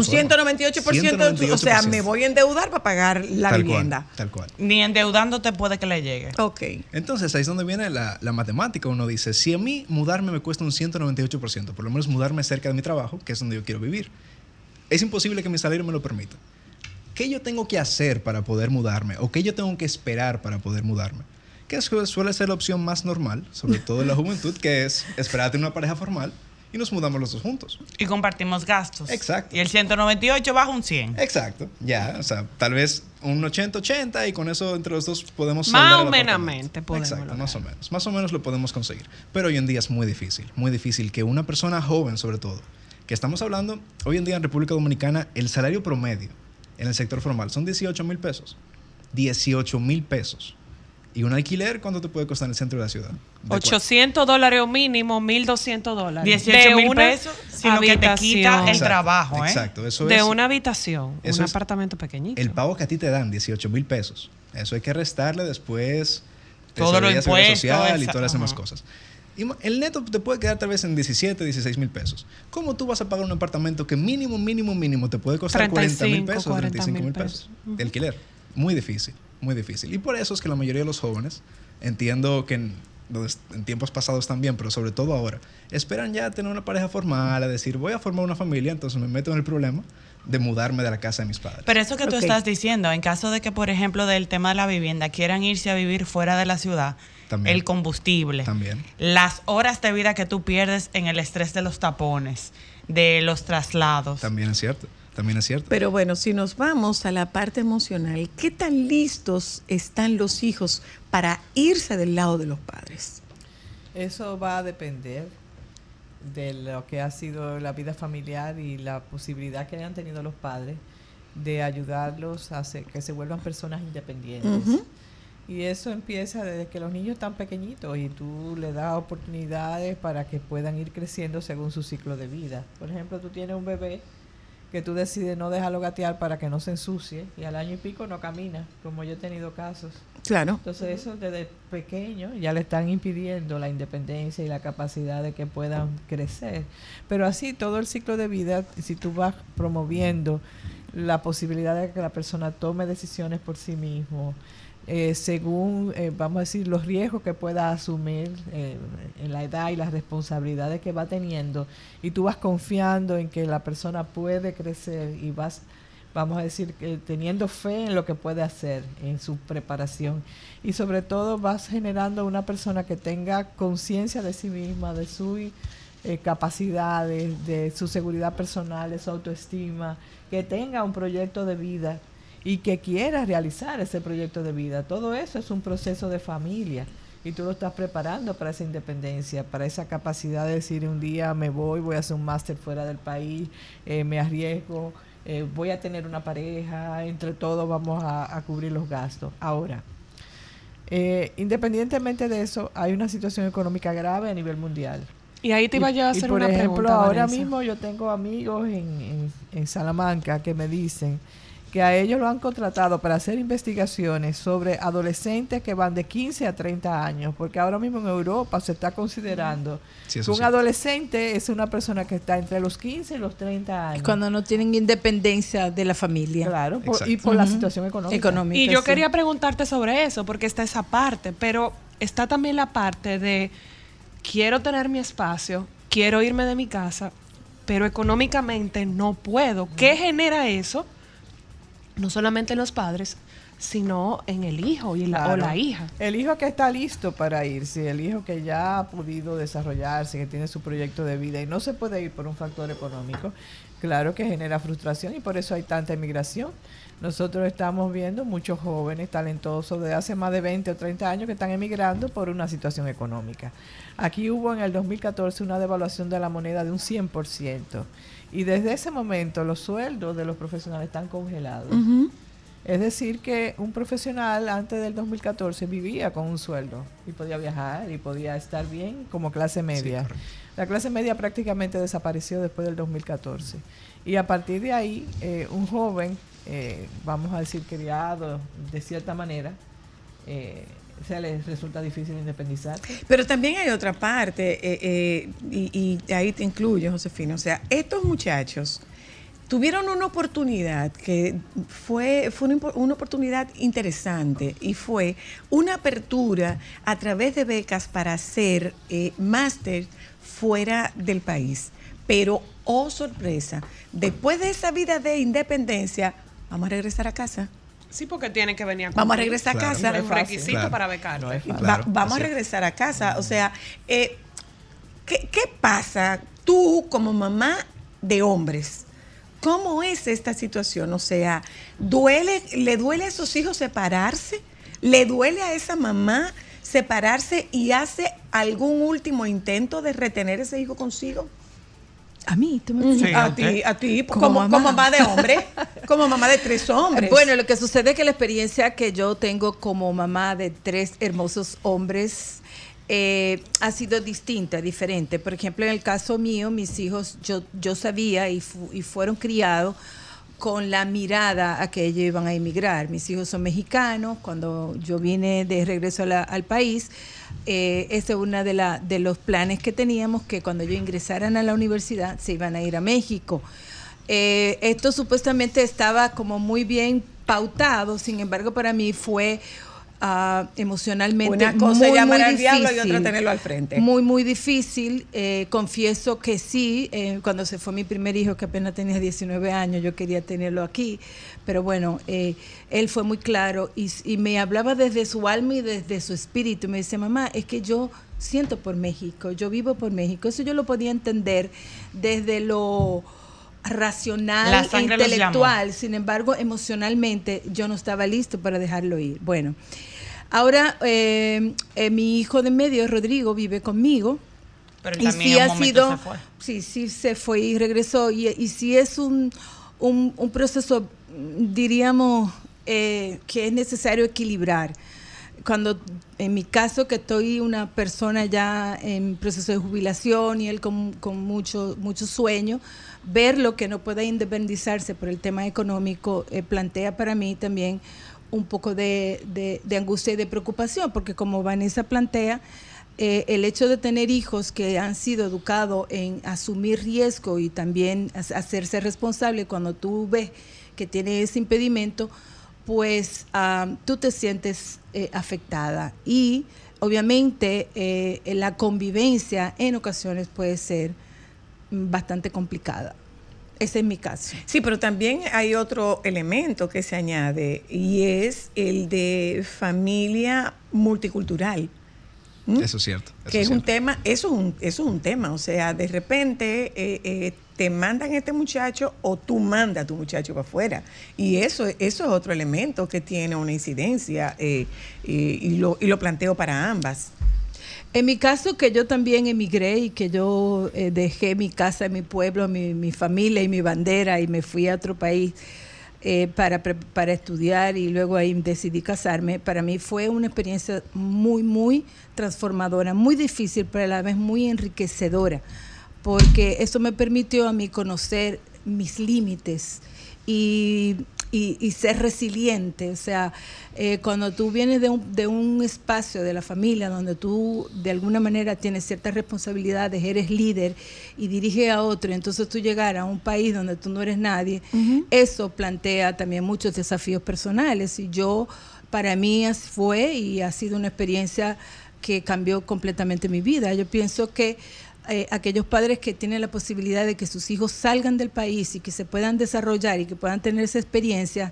198%, o sea, me voy a endeudar para pagar la vivienda. Tal cual. Ni endeudándote puede que le llegue. Ok. Entonces, ahí es donde viene la matemática. Uno dice, si a mí mudarme me cuesta un 198%, por lo menos mudarme cerca de mi trabajo, que es donde yo quiero vivir, es imposible que mi salario me lo permita. ¿Qué yo tengo que hacer para poder mudarme? ¿O qué yo tengo que esperar para poder mudarme? Que suele ser la opción más normal, sobre todo en la juventud, que es esperarte una pareja formal y nos mudamos los dos juntos. Y compartimos gastos. Exacto. Y el 198 baja un 100. Exacto. Ya, o sea, tal vez un 80-80 y con eso entre los dos podemos más o menos podemos. Exacto, más o menos. Más o menos lo podemos conseguir. Pero hoy en día es muy difícil que una persona joven, sobre todo, que estamos hablando, hoy en día en República Dominicana, el salario promedio en el sector formal son 18,000 pesos. 18,000 pesos. ¿Y un alquiler cuánto te puede costar en el centro de la ciudad? $800 o mínimo, $1,200. 18,000 pesos, sino que te quita el trabajo, ¿eh? Exacto. Eso de es, una habitación, eso un es apartamento pequeñito. El pago que a ti te dan, 18,000 pesos. Eso hay que restarle después todo lo impuesto social y todas las demás cosas. Y el neto te puede quedar tal vez en 16,000 pesos. ¿Cómo tú vas a pagar un apartamento que mínimo te puede costar 40,000 pesos o 35,000 pesos de alquiler? Muy difícil. Y por eso es que la mayoría de los jóvenes, entiendo que en tiempos pasados también, pero sobre todo ahora, esperan ya tener una pareja formal, a decir, voy a formar una familia, entonces me meto en el problema de mudarme de la casa de mis padres. Pero eso que tú estás diciendo, en caso de que, por ejemplo, del tema de la vivienda, quieran irse a vivir fuera de la ciudad, también, el combustible, también, las horas de vida que tú pierdes en el estrés de los tapones, de los traslados. También es cierto. Pero bueno, si nos vamos a la parte emocional, ¿qué tan listos están los hijos para irse del lado de los padres? Eso va a depender de lo que ha sido la vida familiar y la posibilidad que hayan tenido los padres de ayudarlos a que se vuelvan personas independientes. Y eso empieza desde que los niños están pequeñitos y tú le das oportunidades para que puedan ir creciendo según su ciclo de vida. Por ejemplo, tú tienes un bebé que tú decides no dejarlo gatear para que no se ensucie y al año y pico no camina, como yo he tenido casos. Claro. Entonces eso desde pequeño ya le están impidiendo la independencia y la capacidad de que puedan crecer. Pero así todo el ciclo de vida, si tú vas promoviendo la posibilidad de que la persona tome decisiones por sí mismo, según, vamos a decir, los riesgos que pueda asumir en la edad y las responsabilidades que va teniendo, y tú vas confiando en que la persona puede crecer y vas, vamos a decir, teniendo fe en lo que puede hacer, en su preparación, y sobre todo vas generando una persona que tenga conciencia de sí misma, de sus capacidades, de su seguridad personal, de su autoestima, que tenga un proyecto de vida y que quiera realizar ese proyecto de vida. Todo eso es un proceso de familia y tú lo estás preparando para esa independencia, para esa capacidad de decir un día me voy a hacer un máster fuera del país, me arriesgo, voy a tener una pareja, entre todos vamos a cubrir los gastos. Ahora, independientemente de eso, hay una situación económica grave a nivel mundial. Y ahí te iba yo a hacer una pregunta, por ejemplo, ahora Vanessa. mismo yo tengo amigos en Salamanca que me dicen que a ellos lo han contratado para hacer investigaciones sobre adolescentes que van de 15 a 30 años, porque ahora mismo en Europa se está considerando Sí, que eso un sí. adolescente es una persona que está entre los 15 y los 30 años. Cuando no tienen independencia de la familia. Claro, Exacto. y por la situación económica. Y yo sí. quería preguntarte sobre eso, porque está esa parte, pero está también la parte de quiero tener mi espacio, quiero irme de mi casa, pero económicamente no puedo. ¿Qué genera eso? No solamente en los padres, sino en el hijo y Claro. o la hija. El hijo que está listo para irse, el hijo que ya ha podido desarrollarse, que tiene su proyecto de vida y no se puede ir por un factor económico, claro que genera frustración y por eso hay tanta emigración. Nosotros estamos viendo muchos jóvenes talentosos de hace más de 20 o 30 años que están emigrando por una situación económica. Aquí hubo en el 2014 una devaluación de la moneda de un 100%. Y desde ese momento los sueldos de los profesionales están congelados. Es decir, que un profesional antes del 2014 vivía con un sueldo y podía viajar y podía estar bien como clase media. correcto. La clase media prácticamente desapareció después del 2014. Y a partir de ahí, un joven, vamos a decir criado de cierta manera, se les resulta difícil independizarse. Pero también hay otra parte, y ahí te incluyo, Josefina. O sea, estos muchachos tuvieron una oportunidad que fue una oportunidad interesante y fue una apertura a través de becas para hacer máster fuera del país. Pero, oh sorpresa, después de esa vida de independencia, vamos a regresar a casa. Sí, porque tienen que venir a Vamos a cumplir. regresar a Claro. casa. Es un requisito Claro. para becar. No es fácil. Claro, Vamos a así es. regresar a casa. O sea, ¿qué pasa tú como mamá de hombres? ¿Cómo es esta situación? O sea, ¿le duele a esos hijos separarse? ¿Le duele a esa mamá separarse y hace algún último intento de retener ese hijo consigo? A mí, tú me Sí, a ti, Como como mamá. mamá de hombre, como mamá de 3 hombres. Bueno, lo que sucede es que la experiencia que yo tengo como mamá de 3 hermosos hombres ha sido distinta, diferente. Por ejemplo, en el caso mío, mis hijos, yo sabía y fueron criados con la mirada a que ellos iban a emigrar. Mis hijos son mexicanos. Cuando yo vine de regreso al país, ese es uno de los planes que teníamos, que cuando ellos ingresaran a la universidad se iban a ir a México. Esto supuestamente estaba como muy bien pautado, sin embargo para mí fue emocionalmente una cosa es llamar al difícil. diablo y otra tenerlo al frente. Muy difícil. Confieso que sí, cuando se fue mi primer hijo, que apenas tenía 19 años, yo quería tenerlo aquí, pero bueno, él fue muy claro y me hablaba desde su alma y desde su espíritu. Me dice, mamá, es que yo siento por México, yo vivo por México. Eso yo lo podía entender desde lo racional La e sangre los intelectual. Sin embargo, emocionalmente yo no estaba listo para dejarlo ir. Bueno, ahora mi hijo de medio, Rodrigo, vive conmigo. Pero él Y también sí en un ha momento sido, se fue. sí se fue y regresó. Y sí es un proceso, diríamos, que es necesario equilibrar. Cuando, en mi caso, que estoy una persona ya en proceso de jubilación y él con mucho sueño, ver lo que no pueda independizarse por el tema económico plantea para mí también un poco de angustia y de preocupación, porque como Vanessa plantea, el hecho de tener hijos que han sido educados en asumir riesgo y también hacerse responsable cuando tú ves que tiene ese impedimento, pues tú te sientes afectada y obviamente la convivencia en ocasiones puede ser bastante complicada. Ese es mi caso. Sí, pero también hay otro elemento que se añade y es el de familia multicultural. Eso es cierto. Que es un tema, eso es un tema, o sea, de repente te mandan este muchacho o tú mandas a tu muchacho para afuera y eso es otro elemento que tiene una incidencia y lo planteo para ambas. En mi caso, que yo también emigré y que yo dejé mi casa, mi pueblo, mi familia y mi bandera y me fui a otro país para estudiar y luego ahí decidí casarme. Para mí fue una experiencia muy transformadora, muy difícil, pero a la vez muy enriquecedora, porque eso me permitió a mí conocer mis límites y y ser resiliente. O sea, cuando tú vienes de un espacio de la familia donde tú de alguna manera tienes ciertas responsabilidades, eres líder y diriges a otro, entonces tú llegar a un país donde tú no eres nadie, eso plantea también muchos desafíos personales. Y para mí fue y ha sido una experiencia que cambió completamente mi vida. Yo pienso que aquellos padres que tienen la posibilidad de que sus hijos salgan del país y que se puedan desarrollar y que puedan tener esa experiencia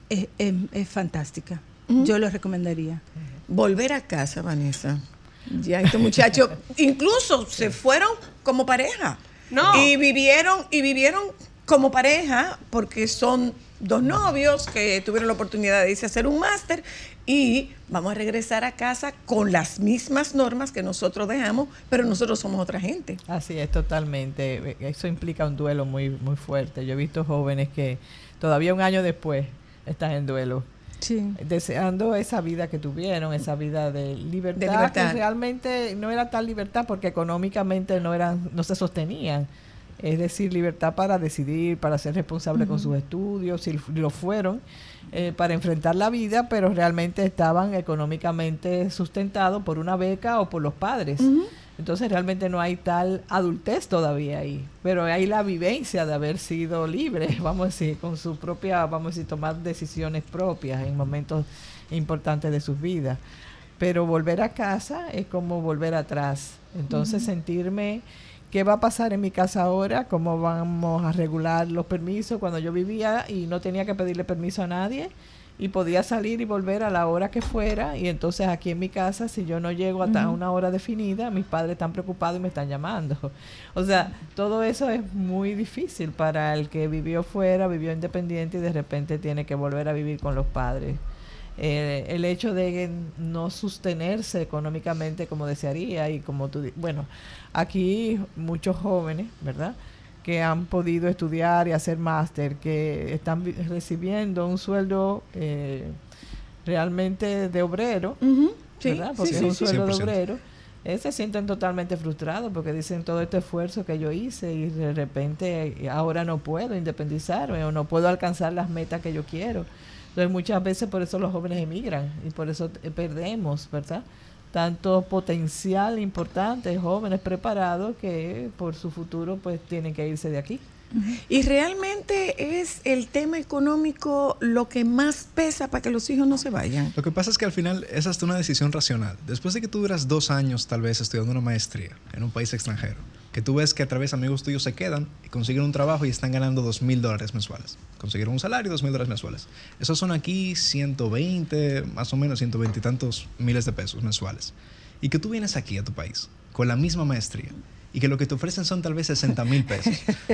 es fantástica. Yo lo recomendaría. Volver a casa, Vanessa. Ya estos muchachos incluso se fueron como pareja. No. Y vivieron como pareja porque son dos novios que tuvieron la oportunidad de irse a hacer un máster y vamos a regresar a casa con las mismas normas que nosotros dejamos, pero nosotros somos otra gente. Así es, totalmente. Eso implica un duelo muy, muy fuerte. Yo he visto jóvenes que todavía un año después están en duelo. Sí. Deseando esa vida que tuvieron, esa vida de libertad, que realmente no era tal libertad porque económicamente no se sostenían. Es decir, libertad para decidir, para ser responsable con sus estudios, si lo fueron, para enfrentar la vida, pero realmente estaban económicamente sustentados por una beca o por los padres. Entonces realmente no hay tal adultez todavía ahí, pero hay la vivencia de haber sido libre, vamos a decir, con su propia, vamos a decir, tomar decisiones propias en momentos importantes de sus vidas. Pero volver a casa es como volver atrás. Entonces sentirme... ¿Qué va a pasar en mi casa ahora? ¿Cómo vamos a regular los permisos? Cuando yo vivía y no tenía que pedirle permiso a nadie y podía salir y volver a la hora que fuera, y entonces aquí en mi casa, si yo no llego a una hora definida, mis padres están preocupados y me están llamando. O sea, todo eso es muy difícil para el que vivió fuera, vivió independiente y de repente tiene que volver a vivir con los padres. El hecho de no sostenerse económicamente como desearía y como tú... Bueno, aquí muchos jóvenes, ¿verdad?, que han podido estudiar y hacer máster, que están recibiendo un sueldo realmente de obrero, ¿verdad? Porque es un sueldo 100%. De obrero. Se sienten totalmente frustrados porque dicen todo este esfuerzo que yo hice y de repente ahora no puedo independizarme o no puedo alcanzar las metas que yo quiero. Entonces muchas veces por eso los jóvenes emigran y por eso perdemos, ¿verdad?, tanto potencial importante, jóvenes preparados que por su futuro pues tienen que irse de aquí. Y realmente es el tema económico lo que más pesa para que los hijos no se vayan. Lo que pasa es que al final es hasta una decisión racional. Después de que tú duras 2 años tal vez estudiando una maestría en un país extranjero, que tú ves que a través amigos tuyos se quedan y consiguen un trabajo y están ganando $2,000 mensuales. Consiguieron un salario, $2,000 mensuales. Esos son aquí 120, más o menos 120 y tantos miles de pesos mensuales. Y que tú vienes aquí a tu país con la misma maestría y que lo que te ofrecen son tal vez $60,000.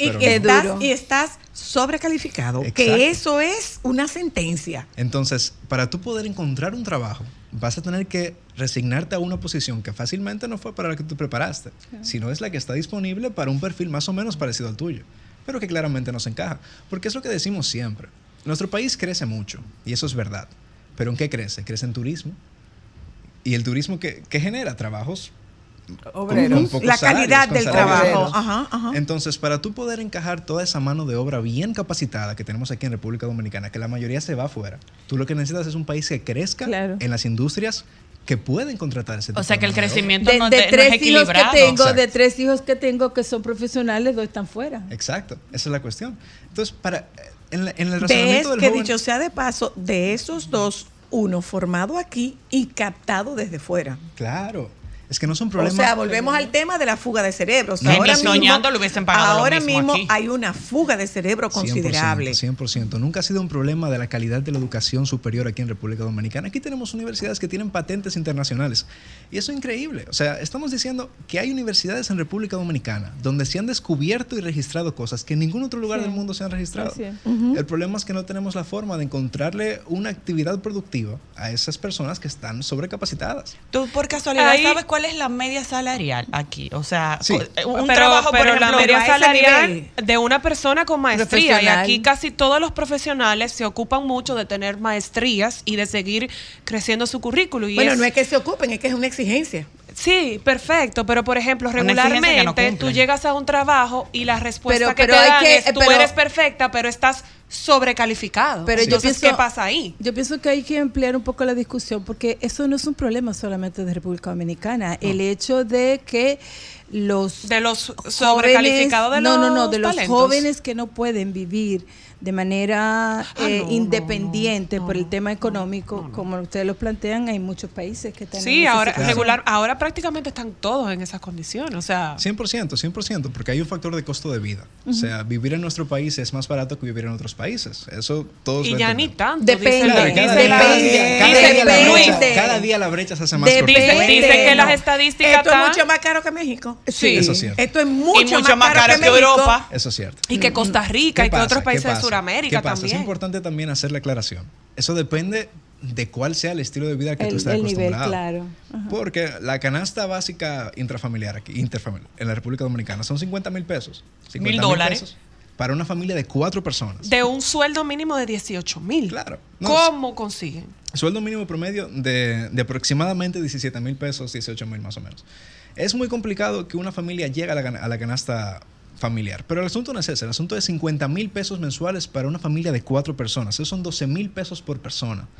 Y estás sobrecalificado, exacto, que eso es una sentencia. Entonces, para tú poder encontrar un trabajo, vas a tener que resignarte a una posición que fácilmente no fue para la que tú preparaste, sino es la que está disponible para un perfil más o menos parecido al tuyo, pero que claramente no se encaja. Porque es lo que decimos siempre. Nuestro país crece mucho, y eso es verdad. ¿Pero en qué crece? Crece en turismo. Y el turismo que genera trabajos obreros, la calidad del trabajo. Entonces, para tú poder encajar toda esa mano de obra bien capacitada que tenemos aquí en República Dominicana, que la mayoría se va afuera, tú lo que necesitas es un país que crezca en las industrias que pueden contratar ese tipo. O sea, que el crecimiento no es equilibrado. De 3 hijos que tengo que son profesionales, 2 están fuera. Exacto, esa es la cuestión. Entonces, en el razonamiento del joven, joven, dicho sea de paso, de esos 2, uno formado aquí y captado desde fuera. Claro. Es que no son problemas. O sea, volvemos al tema de la fuga de cerebros. No, ahora mismo, soñando lo hubiesen pagado ahora lo mismo mismo aquí. Hay una fuga de cerebro considerable. 100%. Nunca ha sido un problema de la calidad de la educación superior aquí en República Dominicana. Aquí tenemos universidades que tienen patentes internacionales. Y eso es increíble. O sea, estamos diciendo que hay universidades en República Dominicana donde se han descubierto y registrado cosas que en ningún otro lugar del mundo se han registrado. El problema es que no tenemos la forma de encontrarle una actividad productiva a esas personas que están sobrecapacitadas. ¿Tú por casualidad sabes cuál es la media salarial aquí? O sea, un trabajo, por ejemplo, la media salarial de una persona con maestría. Y aquí casi todos los profesionales se ocupan mucho de tener maestrías y de seguir creciendo su currículo. Y bueno, no es que se ocupen, es que es una exigencia. Sí, perfecto, pero por ejemplo, regularmente tú llegas a un trabajo y la respuesta que te dan es tú eres perfecta, pero estás sobrecalificado. Pero yo Entonces, pienso, ¿qué pasa ahí? Yo pienso que hay que ampliar un poco la discusión porque eso no es un problema solamente de República Dominicana. El hecho de que los sobrecalificados de los de los talentos. jóvenes que no pueden vivir de manera independiente por el tema económico, como ustedes lo plantean, hay muchos países que están Sí, en esa ahora situación. ahora prácticamente están todos en esas condiciones, o sea, 100%, porque hay un factor de costo de vida. O sea, vivir en nuestro país es más barato que vivir en otros países. Eso todos y lo ya entendemos. ni tanto. Depende, Cada día la brecha se hace más corta. Dicen que las estadísticas Esto es están... mucho más caro que México. Sí. Eso es cierto. Esto es mucho más caro que México. Europa. Eso es cierto. Y que Costa Rica y que otros países de ¿Qué Sudamérica pasa? también. Es importante también hacer la aclaración. Eso depende de cuál sea el estilo de vida que tú estés el nivel, acostumbrado. claro. Ajá. Porque la canasta básica intrafamiliar aquí, en la República Dominicana son 50 mil pesos. 50 $1,000 pesos para una familia de 4 personas. De un sueldo mínimo de 18,000. Claro. No, ¿Cómo consiguen? Sueldo mínimo promedio de aproximadamente 17 mil pesos, 18 mil más o menos. Es muy complicado que una familia llegue a la canasta familiar. Pero el asunto no es ese. El asunto es 50 mil pesos mensuales para una familia de 4 personas. Esos son 12 mil pesos por persona.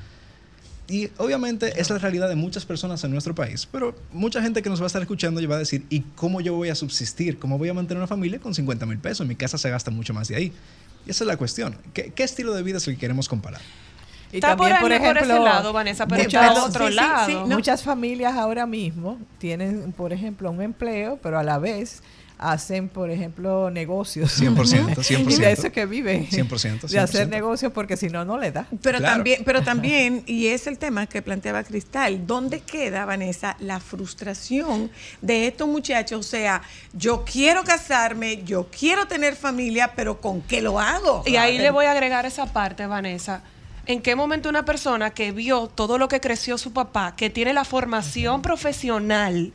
Y obviamente es la realidad de muchas personas en nuestro país. Pero mucha gente que nos va a estar escuchando va a decir, ¿y cómo yo voy a subsistir? ¿Cómo voy a mantener una familia con 50 mil pesos? En mi casa se gasta mucho más de ahí. Y esa es la cuestión. ¿Qué estilo de vida es el que queremos comparar? Y Está también, por ese lado, Vanessa, pero muchas- por otro lado. muchas familias ahora mismo tienen, por ejemplo, un empleo, pero a la vez hacen, por ejemplo, negocios. 100%. Y de eso que viven. 100%. De hacer negocios porque si no, no le da. Pero Claro. también, y es el tema que planteaba Cristal, ¿dónde queda, Vanessa, la frustración de estos muchachos? O sea, yo quiero casarme, yo quiero tener familia, pero ¿con qué lo hago? Y ahí le voy a agregar esa parte, Vanessa. ¿En qué momento una persona que vio todo lo que creció su papá, que tiene la formación profesional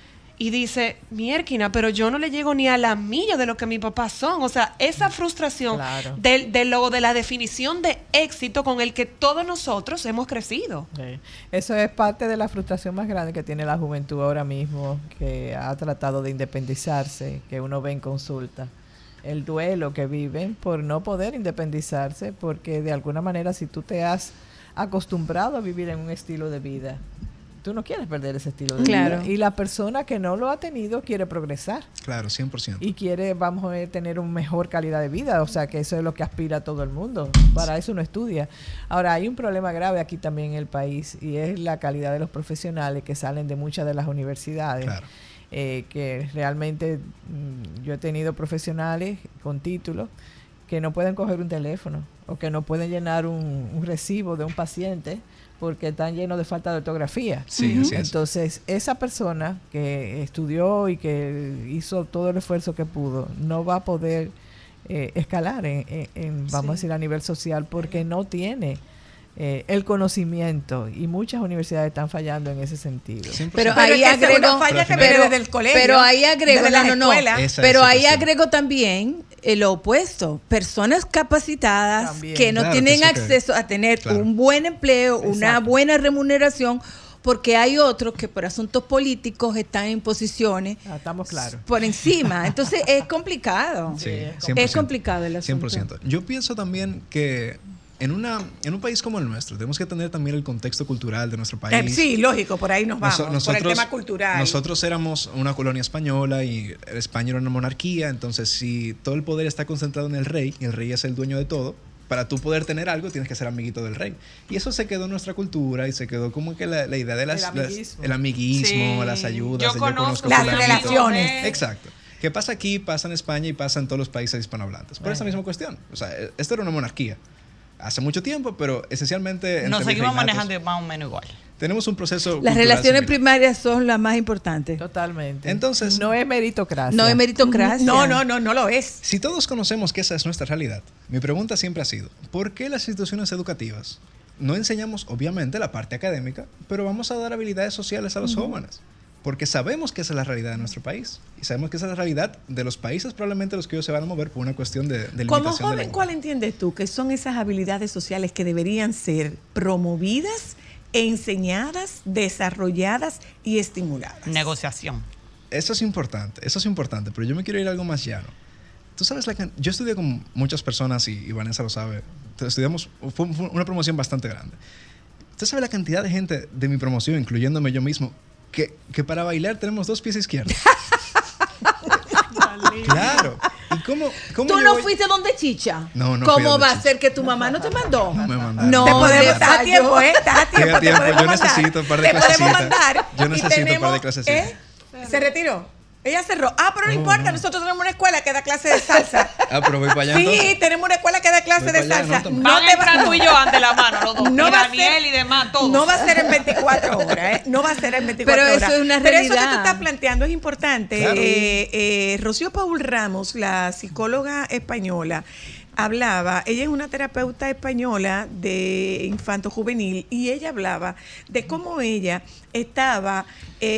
y dice, mierquina, pero yo no le llego ni a la milla de lo que mis papás son? O sea, esa frustración Claro. de la definición de éxito con el que todos nosotros hemos crecido. Sí. Eso es parte de la frustración más grande que tiene la juventud ahora mismo, que ha tratado de independizarse, que uno ve en consulta. El duelo que viven por no poder independizarse, porque de alguna manera si tú te has acostumbrado a vivir en un estilo de vida, tú no quieres perder ese estilo de Claro. vida. Y la persona que no lo ha tenido quiere progresar Claro, 100%. y quiere, vamos a tener una mejor calidad de vida. O sea, que eso es lo que aspira todo el mundo. Para eso uno estudia. Ahora, hay un problema grave aquí también en el país y es la calidad de los profesionales que salen de muchas de las universidades. Claro. Que realmente yo he tenido profesionales con títulos que no pueden coger un teléfono o que no pueden llenar un recibo de un paciente porque están llenos de falta de ortografía. Sí, así es. Entonces, esa persona que estudió y que hizo todo el esfuerzo que pudo, no va a poder escalar vamos a decir, a nivel social porque no tiene el conocimiento, y muchas universidades están fallando en ese sentido. Pero Pero ahí es que esa es una agrego, falla que viene desde el colegio, pero ahí agrego, desde las no, no, no. escuelas. Esa Pero es la ahí cuestión. agrego también lo opuesto, personas capacitadas También. que no Claro, tienen que eso que- acceso a tener claro. un buen empleo, una Exacto. buena remuneración, porque hay otros que por asuntos políticos están en posiciones Estamos claros. por encima. Entonces es complicado. Sí, Es 100%. complicado el asunto. 100%. Yo pienso también que en un país como el nuestro tenemos que tener también el contexto cultural de nuestro país. Sí, lógico, por ahí nos vamos, por el tema cultural. Nosotros éramos una colonia española y España era una monarquía, entonces si todo el poder está concentrado en el rey y el rey es el dueño de todo, para tú poder tener algo tienes que ser amiguito del rey. Y eso se quedó en nuestra cultura y se quedó como que la idea de el amiguismo, Sí. las ayudas, Yo de conozco las fulanito. relaciones. Exacto. ¿Qué pasa aquí? Pasa en España y pasa en todos los países hispanohablantes. Por esa misma cuestión. O sea, esto era una monarquía. Hace mucho tiempo, pero esencialmente... Nos entre seguimos virreinatos, manejando más o menos igual. tenemos un proceso Las cultural relaciones similar. primarias son las más importantes. Totalmente. Entonces, no es meritocracia. No es meritocracia. No lo es. si todos conocemos que esa es nuestra realidad, mi pregunta siempre ha sido, ¿por qué las instituciones educativas no enseñamos, obviamente, la parte académica, pero vamos a dar habilidades sociales a los jóvenes? Porque sabemos que esa es la realidad de nuestro país. Y sabemos que esa es la realidad de los países probablemente a los que ellos se van a mover por una cuestión de limitación Como de joven, lengua. ¿cuál entiendes tú que son esas habilidades sociales que deberían ser promovidas, enseñadas, desarrolladas y estimuladas? Negociación. Eso es importante, pero yo me quiero ir a algo más llano. Tú sabes, yo estudié con muchas personas y Vanessa lo sabe. Estudiamos, fue una promoción bastante grande. Usted sabe la cantidad de gente de mi promoción, incluyéndome yo mismo, que para bailar tenemos 2 pies izquierdos. Claro. ¿Y cómo ¿Tú no fuiste donde Chicha? No, no. ¿Cómo va a ser que tu mamá no te mandó? No me mandaron. No, Te podemos dar tiempo, ¿eh? Da tiempo, te podemos Yo mandar. necesito un par de Te podemos clasecitas. mandar. Yo Y necesito un par de tenemos, clasecitas. Se retiró. Ella cerró. Pero no importa, nosotros tenemos una escuela que da clase de salsa. Pero voy para allá Sí, entonces. tenemos una escuela que da clase Voy de para allá, salsa. no, Van a entrar tú y yo ante la mano, los dos. No y va a Daniel ser- y demás, todos. No va a ser en 24 horas, ¿eh? No va a ser en 24 Pero horas. eso es una Pero eso que realidad. tú estás planteando es importante. Claro. Rocío Paul Ramos, la psicóloga española, hablaba, ella es una terapeuta española de infanto juvenil y ella hablaba de cómo ella estaba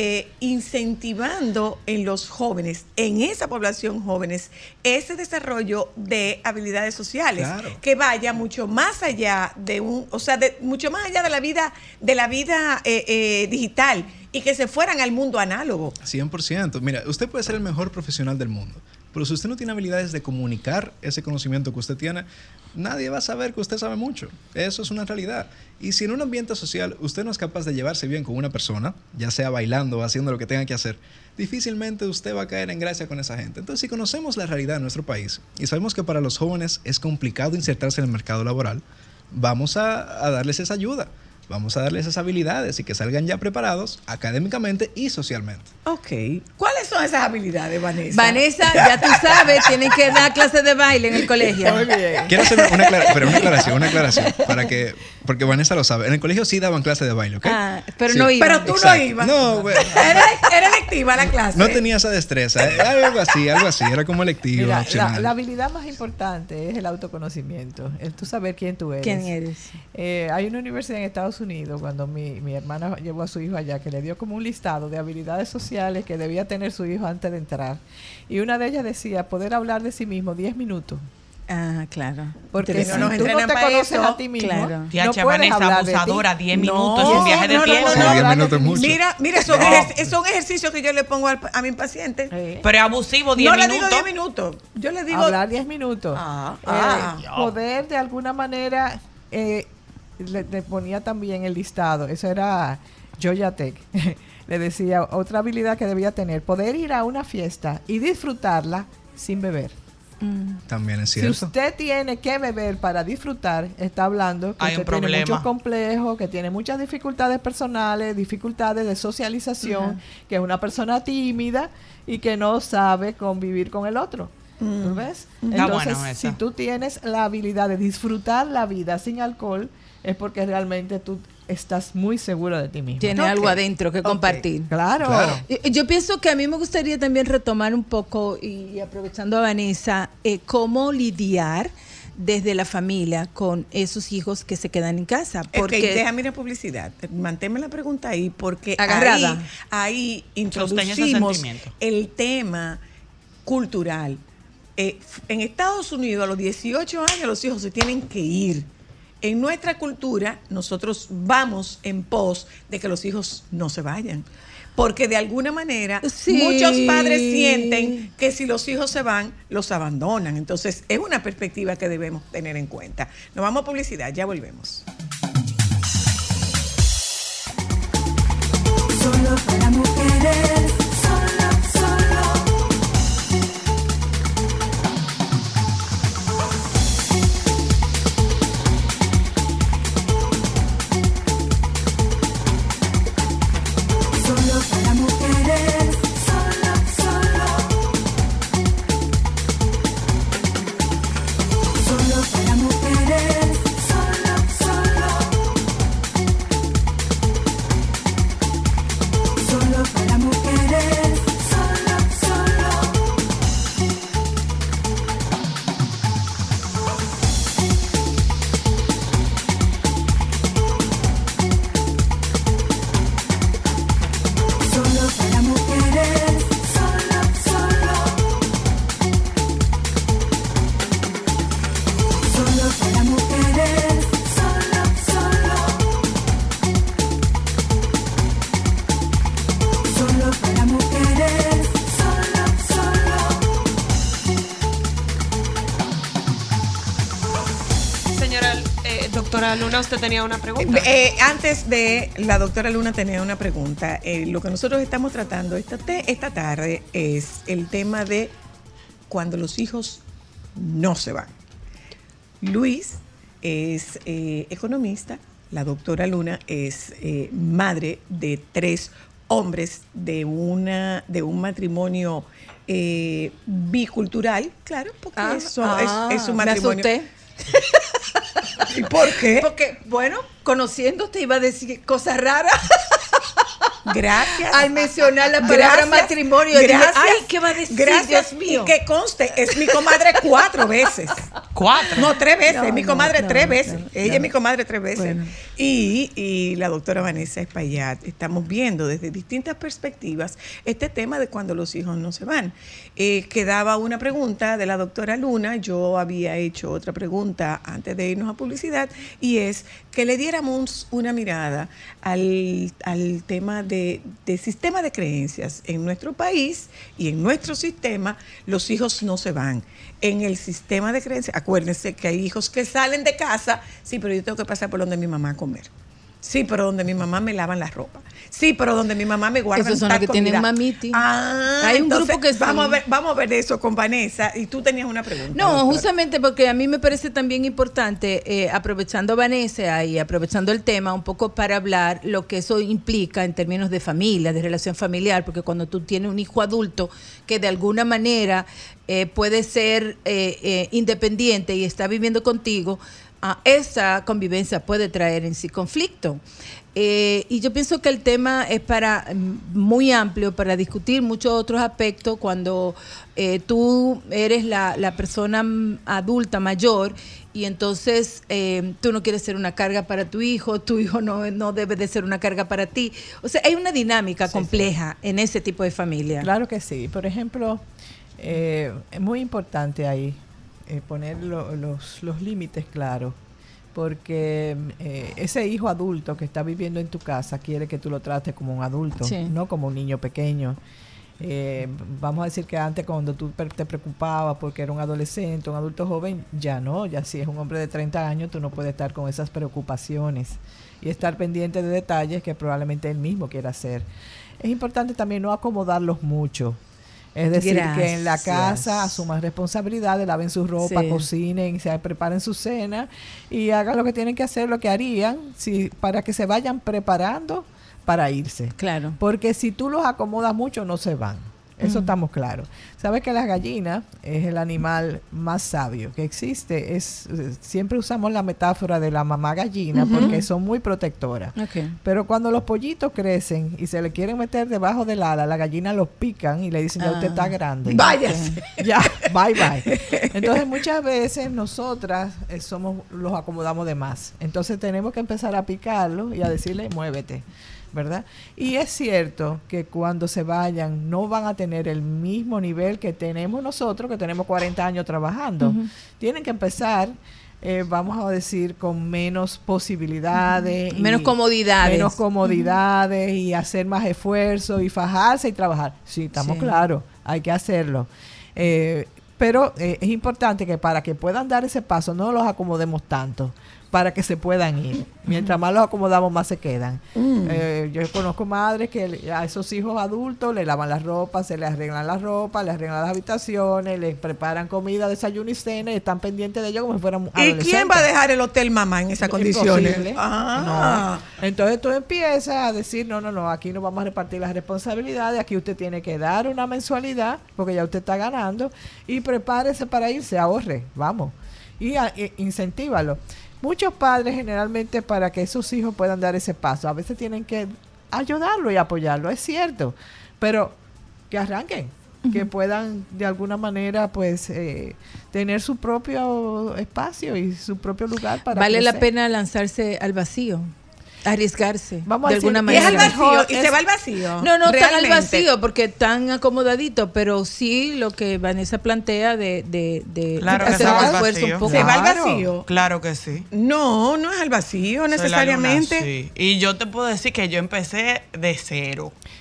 incentivando en los jóvenes, en esa población jóvenes, ese desarrollo de habilidades sociales, Claro. que vaya mucho más allá de mucho más allá de la vida digital y que se fueran al mundo análogo. 100%. Mira, usted puede ser el mejor profesional del mundo, pero si usted no tiene habilidades de comunicar ese conocimiento que usted tiene, nadie va a saber que usted sabe mucho. Eso es una realidad. Y si en un ambiente social usted no es capaz de llevarse bien con una persona, ya sea bailando o haciendo lo que tenga que hacer, difícilmente usted va a caer en gracia con esa gente. Entonces, si conocemos la realidad de nuestro país y sabemos que para los jóvenes es complicado insertarse en el mercado laboral, vamos a darles esa ayuda. Vamos a darles esas habilidades y que salgan ya preparados académicamente y socialmente. Ok. ¿Cuáles son esas habilidades, Vanessa? Vanessa, ya tú sabes, tienen que dar clases de baile en el colegio. Muy bien. Quiero hacer una aclaración, porque Vanessa lo sabe. En el colegio sí daban clases de baile, ¿ok? Pero Sí. no iba. Pero tú Exacto. no ibas. No, güey. Era electiva la clase. No tenía esa destreza. Algo así. Era como electivo, Mira, opcional. la habilidad más importante es el autoconocimiento, el tú saber quién tú eres. ¿Quién eres? Hay una universidad en Estados Unidos, cuando mi hermana llevó a su hijo allá, que le dio como un listado de habilidades sociales que debía tener su hijo antes de entrar. Y una de ellas decía poder hablar de sí mismo 10 minutos. Ah, claro. Porque Entonces, si no nos tú no entrenan te para conoces eso, a ti mismo, claro. no Tiacha, puedes Vanessa, hablar de ti. abusadora, 10 minutos, No, es un viaje de no, no, tiempo. Sí, 10 minutos es mucho. Mira, son ejercicios que yo le pongo a mi paciente. Pero es abusivo, 10 No minutos. le digo 10 minutos. Yo le digo. Hablar 10 minutos. Poder de alguna manera, le ponía también el listado, eso era Georgia Tech. Le decía otra habilidad que debía tener, poder ir a una fiesta y disfrutarla sin beber. También es Si cierto. usted tiene que beber para disfrutar, está hablando que Hay usted un tiene problema. muchos complejos, que tiene muchas dificultades personales, dificultades de socialización, que es una persona tímida y que no sabe convivir con el otro. ¿Tú ves? Está Entonces, bueno eso. si tú tienes la habilidad de disfrutar la vida sin alcohol, es porque realmente tú estás muy seguro de ti mismo. Tiene Ok. algo adentro que compartir. Claro. Claro. Yo pienso que a mí me gustaría también retomar un poco, y aprovechando a Vanessa, cómo lidiar desde la familia con esos hijos que se quedan en casa. Porque Porque déjame ir a publicidad. Manténme la pregunta ahí, porque Agarrada. ahí Sostenga ese introducimos sentimiento. el tema cultural. En Estados Unidos, a los 18 años, los hijos se tienen que ir. En nuestra cultura, nosotros vamos en pos de que los hijos no se vayan. Porque de alguna manera, Sí. muchos padres sienten que si los hijos se van, los abandonan. Entonces, es una perspectiva que debemos tener en cuenta. Nos vamos a publicidad, ya volvemos. Solo para mujeres, solo, solo. Solo para mujeres, solo, solo. Solo para mujeres, solo, solo. Solo para mujeres. Doctora Luna, usted tenía una pregunta. Antes de la doctora Luna tenía una pregunta. Lo que nosotros estamos tratando esta tarde es el tema de cuando los hijos no se van. Luis es economista, la doctora Luna es madre de 3 hombres de un matrimonio bicultural, claro, porque es un matrimonio. Me asusté. ¿Y por qué? Porque, bueno, conociéndote iba a decir cosas raras. Gracias. Al mencionar la palabra matrimonio, dije, gracias. ay, ¿qué va a decir? Gracias, Dios mío. y que conste, es mi comadre 4 veces. 4. No, 3 veces. No, mi comadre no, 3 no, veces. no, Ella es mi comadre 3 veces. Bueno. Y la doctora Vanessa Espaillat, estamos viendo desde distintas perspectivas este tema de cuando los hijos no se van. Quedaba una pregunta de la doctora Luna. Yo había hecho otra pregunta antes de irnos a publicidad, y es que le diéramos una mirada al tema de sistema de creencias. En nuestro país y en nuestro sistema, los hijos no se van. En el sistema de creencias, acuérdense que hay hijos que salen de casa, sí, pero yo tengo que pasar por donde mi mamá a comer. Sí, pero donde mi mamá me lavan la ropa. Sí, pero donde mi mamá me guarda. Esos son los que tienen mamiti. Hay un grupo que vamos a ver eso con Vanessa. Y tú tenías una pregunta. No, doctora. justamente porque a mí me parece también importante, aprovechando a Vanessa y aprovechando el tema, un poco para hablar lo que eso implica en términos de familia, de relación familiar, porque cuando tú tienes un hijo adulto que de alguna manera puede ser independiente y está viviendo contigo, esa convivencia puede traer en sí conflicto. Y yo pienso que el tema es muy amplio para discutir muchos otros aspectos cuando tú eres la persona adulta mayor y entonces tú no quieres ser una carga para tu hijo no debe de ser una carga para ti. O sea, hay una dinámica compleja en ese tipo de familia. Claro que sí. Por ejemplo, es muy importante ahí poner los límites claros, porque ese hijo adulto que está viviendo en tu casa quiere que tú lo trates como un adulto, Sí. no como un niño pequeño. Vamos a decir que antes, cuando tú te preocupabas porque era un adolescente, un adulto joven, ya no, ya si es un hombre de 30 años, tú no puedes estar con esas preocupaciones y estar pendiente de detalles que probablemente él mismo quiera hacer. Es importante también no acomodarlos mucho. Es decir, que en la casa asuman responsabilidades, laven su ropa, Sí. cocinen, preparen su cena y hagan lo que tienen que hacer, lo que harían, para que se vayan preparando para irse. Claro. Porque si tú los acomodas mucho, no se van. Eso estamos claros. Sabes que las gallinas es el animal más sabio que existe. Siempre usamos la metáfora de la mamá gallina porque son muy protectoras. Okay. Pero cuando los pollitos crecen y se le quieren meter debajo del ala, la gallina los pican y le dicen, ya usted está grande. Váyase. Ya, bye bye. Entonces muchas veces nosotras los acomodamos de más. Entonces tenemos que empezar a picarlos y a decirle, muévete, ¿verdad? Y es cierto que cuando se vayan no van a tener el mismo nivel que tenemos nosotros, que tenemos 40 años trabajando. Tienen que empezar, vamos a decir, con menos posibilidades. Menos comodidades. Menos comodidades y hacer más esfuerzo y fajarse y trabajar. Sí, estamos Sí. claros, hay que hacerlo. Pero es importante que para que puedan dar ese paso no los acomodemos tanto, para que se puedan ir. Mientras más los acomodamos, más se quedan. Yo conozco madres que a esos hijos adultos le lavan la ropa, se les arreglan la ropa, les arreglan las habitaciones, les preparan comida, desayuno y cena y están pendientes de ellos como si fueran ¿Y adolescentes. quién va a dejar el hotel mamá en esas condiciones? Imposible. Ah. No. Entonces tú empiezas a decir, no, aquí no vamos a repartir las responsabilidades, aquí usted tiene que dar una mensualidad, porque ya usted está ganando, y prepárese para irse, ahorre, vamos. Y incentívalo. Muchos padres generalmente, para que esos hijos puedan dar ese paso, a veces tienen que ayudarlo y apoyarlo, es cierto, pero que arranquen, que puedan de alguna manera pues tener su propio espacio y su propio lugar para Vale la crecer. pena lanzarse al vacío, arriesgarse Vamos a de decir, alguna Y es manera. al vacío, y Es- se va al vacío. No tan al Realmente. vacío porque están acomodaditos, pero sí lo que Vanessa plantea de Claro que hacer se va un al esfuerzo vacío. un poco. Se va al Claro. vacío. Claro que sí. No es al vacío Soy la necesariamente. Luna, sí. Y yo te puedo decir que yo empecé de cero.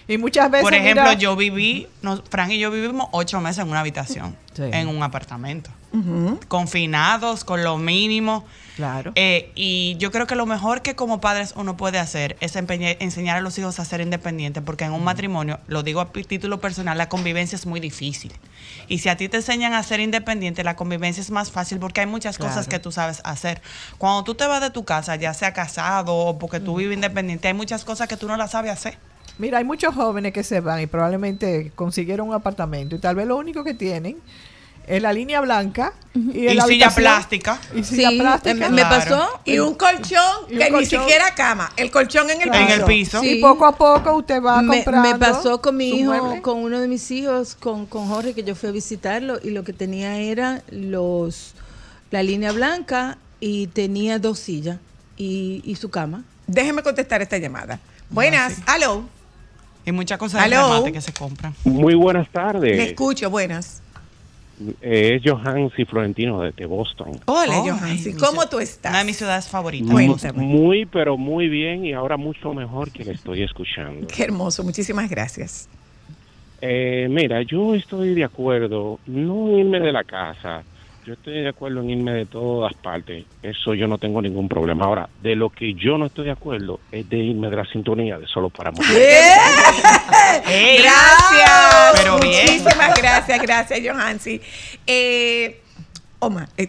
Y muchas veces, por ejemplo, mira, yo viví, Fran y yo vivimos 8 meses en una habitación, Sí. en un apartamento, confinados, con lo mínimo. Claro. Y yo creo que lo mejor que como padres uno puede hacer es enseñar a los hijos a ser independientes, porque en un matrimonio, lo digo a título personal, la convivencia es muy difícil. Y si a ti te enseñan a ser independiente, la convivencia es más fácil porque hay muchas cosas que tú sabes hacer. Cuando tú te vas de tu casa, ya sea casado o porque tú vives independiente, hay muchas cosas que tú no las sabes hacer. Mira, hay muchos jóvenes que se van y probablemente consiguieron un apartamento y tal vez lo único que tienen es la línea blanca y, Y silla plástica. Y silla Sí, plástica. me pasó. Y un colchón Y un que ni colchón. siquiera cama, el colchón en el En piso. el piso. Sí. Y poco a poco usted va Me comprando. pasó con mi su hijo, mueble. con uno de mis hijos, con Jorge, que yo fui a visitarlo y lo que tenía era la línea blanca y tenía 2 sillas y su cama. Déjeme contestar esta llamada. Buenas, aló. Y muchas cosas de Aló. remate que se compran. Muy buenas Le tardes. escucho, buenas. Es Johansi Florentino de Boston. Hola, Oh, Johansi, ay, ¿cómo tú estás? Una de mis ciudades favoritas. Cuéntame. Muy, pero muy bien y ahora mucho mejor que le estoy escuchando. Qué hermoso, muchísimas gracias. Mira, yo estoy de acuerdo, no en irme de la casa, yo estoy de acuerdo en irme de todas partes, eso yo no tengo ningún problema. Ahora, de lo que yo no estoy de acuerdo es de irme de la sintonía de Solo para Mujeres. ¡Ey! Gracias. Pero bien. Muchísimas gracias, Johansi. Omar.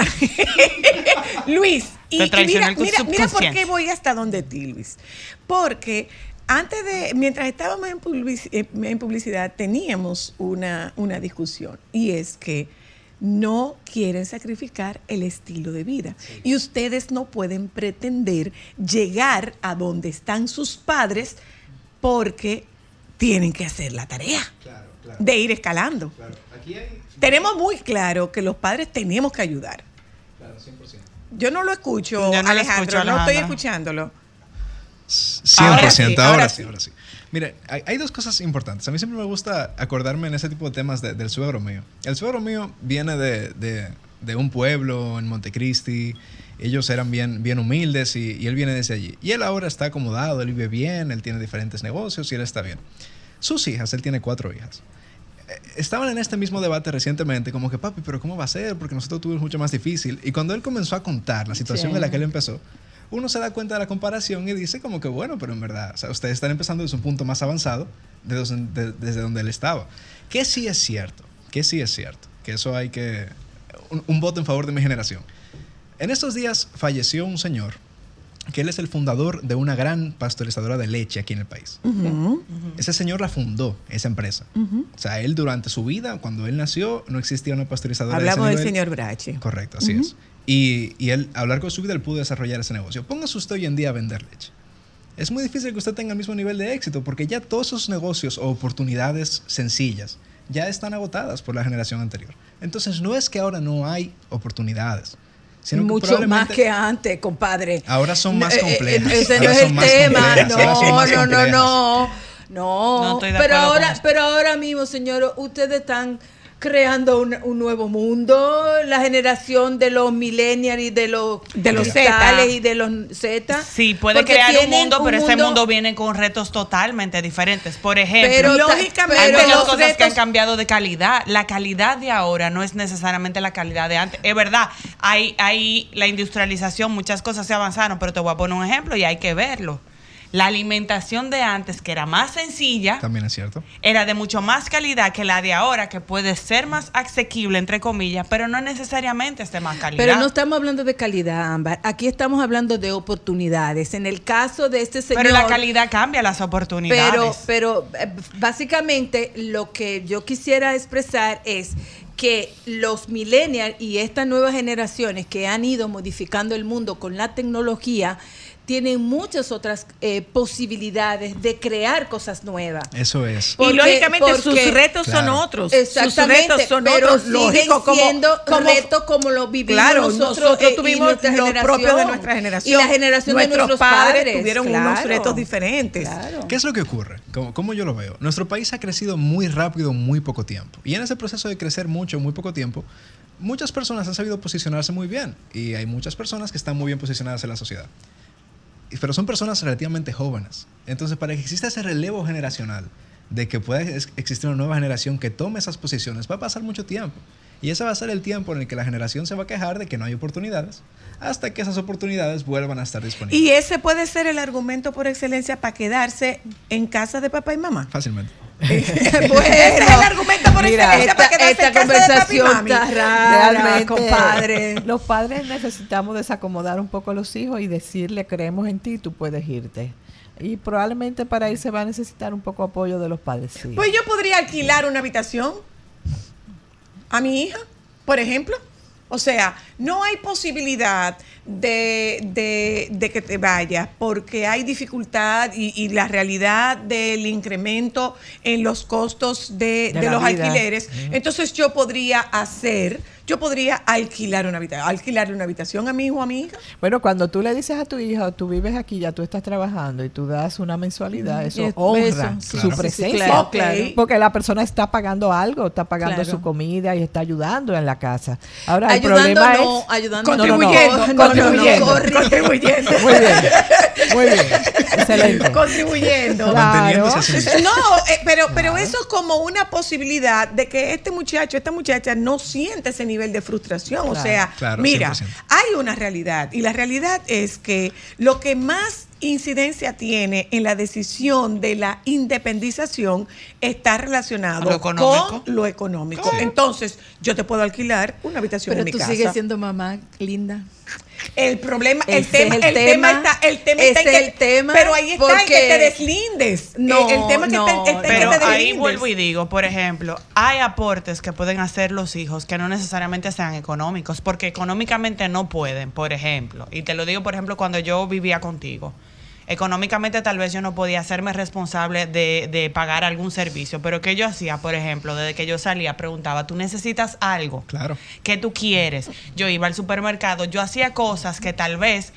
Luis, Te traicionó el mira por subconsciente. qué voy hasta donde ti, Luis. Porque mientras estábamos en publicidad, teníamos una discusión, y es que no quieren sacrificar el estilo de vida. Y ustedes no pueden pretender llegar a donde están sus padres porque tienen que hacer la tarea de ir escalando. Tenemos muy claro que los padres tenemos que ayudar. Yo no lo escucho, Yo no lo Alejandro, escucho, no estoy Alejandra. escuchándolo. 100%, Ahora ahora sí. sí. Mire, hay dos cosas importantes. A mí siempre me gusta acordarme en ese tipo de temas del suegro mío. El suegro mío viene de un pueblo en Montecristi. Ellos eran bien humildes y él viene desde allí. Y él ahora está acomodado, él vive bien, él tiene diferentes negocios y él está bien. Sus hijas, él tiene 4 hijas. Estaban en este mismo debate recientemente, como que papi, pero ¿cómo va a ser? Porque nosotros tuvimos mucho más difícil. Y cuando él comenzó a contar la situación en la que él empezó, uno se da cuenta de la comparación y dice como que bueno, pero en verdad, o sea, ustedes están empezando desde un punto más avanzado desde donde él estaba. Que sí es cierto, que eso hay que... Un voto en favor de mi generación. En estos días falleció un señor que él es el fundador de una gran pasteurizadora de leche aquí en el país. Ese señor la fundó, esa empresa. O sea, él durante su vida, cuando él nació, no existía una pasteurizadora Hablamos de del ese nivel. señor Brache. Correcto, así es. Y él, a lo largo de su vida, él pudo desarrollar ese negocio. Póngase usted hoy en día a vender leche. Es muy difícil que usted tenga el mismo nivel de éxito porque ya todos esos negocios o oportunidades sencillas ya están agotadas por la generación anterior. Entonces, no es que ahora no hay oportunidades, sino que Mucho probablemente más que antes, compadre. ahora son más complejas. Ese no Ahora es son el más tema. complejas, ahora son más complejas. No No, estoy de pero acuerdo con ahora, eso. pero ahora mismo, señor, ustedes están creando un nuevo mundo, la generación de los millennials y de los cristales Z. y de los Z. Sí, puede porque crear un tienen mundo, pero ese mundo viene con retos totalmente diferentes. Por ejemplo, Pero lógicamente, hay muchas los cosas que han retos- cambiado de calidad. La calidad de ahora no es necesariamente la calidad de antes. Es verdad, hay la industrialización, muchas cosas se avanzaron, pero te voy a poner un ejemplo y hay que verlo. La alimentación de antes, que era más sencilla, También es cierto. era de mucho más calidad que la de ahora, que puede ser más asequible, entre comillas, pero no necesariamente es de más calidad. Pero no estamos hablando de calidad, Ámbar. Aquí estamos hablando de oportunidades. En el caso de este señor... Pero la calidad cambia las oportunidades. Pero básicamente lo que yo quisiera expresar es que los millennials y estas nuevas generaciones que han ido modificando el mundo con la tecnología tienen muchas otras posibilidades de crear cosas nuevas. Eso es. Y lógicamente sus retos son Claro. otros. Exactamente, Sus retos son pero otros. siguen Lógico, siendo retos como lo vivimos Claro, nosotros y tuvimos nuestra los generación. propios de nuestra generación. Y la generación de nuestros padres tuvieron unos claro. retos diferentes. Claro. ¿Qué es lo que ocurre? ¿Cómo yo lo veo? Nuestro país ha crecido muy rápido en muy poco tiempo. Y en ese proceso de crecer mucho en muy poco tiempo, muchas personas han sabido posicionarse muy bien. Y hay muchas personas que están muy bien posicionadas en la sociedad. pero son personas relativamente jóvenes. Entonces, para que exista ese relevo generacional, de que pueda existir una nueva generación que tome esas posiciones, va a pasar mucho tiempo. Y ese va a ser el tiempo en el que la generación se va a quejar de que no hay oportunidades, hasta que esas oportunidades vuelvan a estar disponibles. Y ese puede ser el argumento por excelencia para quedarse en casa de papá y mamá. Fácilmente. Bueno, ese es el argumento por excelencia para quedarse en casa de papá y mami. Está rara, Realmente, compadre. los padres necesitamos desacomodar un poco a los hijos y decirle, creemos en ti, tú puedes irte. Y probablemente para irse va a necesitar un poco apoyo de los padres. Sí. Pues yo podría alquilar una habitación a mi hija, por ejemplo. O sea, no hay posibilidad de que te vayas porque hay dificultad y la realidad del incremento en los costos de la los vida. alquileres. Entonces yo podría alquilarle una habitación a mi hijo o a mi hija. Bueno, cuando tú le dices a tu hija, tú vives aquí, ya tú estás trabajando y tú das una mensualidad, eso honra sí, su sí, presencia. claro, claro. Porque la persona está pagando algo, está pagando Claro. su comida y está ayudando en la casa. Ahora, el Ayudando problema no, es... ayudando Contribuyendo, no, contribuyendo. Muy bien, muy bien, excelente. Contribuyendo. Claro. Manteniéndose a sí mismo. No, pero eso es como una posibilidad de que este muchacho, esta muchacha no siente ese nivel de frustración. O sea, Claro, mira, 100%. hay una realidad y la realidad es que lo que más incidencia tiene en la decisión de la independización está relacionado ¿Lo económico? con lo económico. Entonces, yo te puedo alquilar una habitación Pero en mi tú casa. sigues siendo mamá linda. El problema, el Ese tema es el tema, está en ese que, es el tema, pero ahí está en que porque- te deslindes. No, el tema que no, está en que Pero te ahí deslindes. vuelvo y digo, por ejemplo, hay aportes que pueden hacer los hijos que no necesariamente sean económicos, porque económicamente no pueden, por ejemplo. Y te lo digo, por ejemplo, cuando yo vivía contigo. Económicamente tal vez yo no podía hacerme responsable de pagar algún servicio, pero ¿qué yo hacía? Por ejemplo, desde que yo salía, preguntaba, ¿tú necesitas algo? Claro. ¿Qué tú quieres? Yo iba al supermercado, yo hacía cosas que tal vez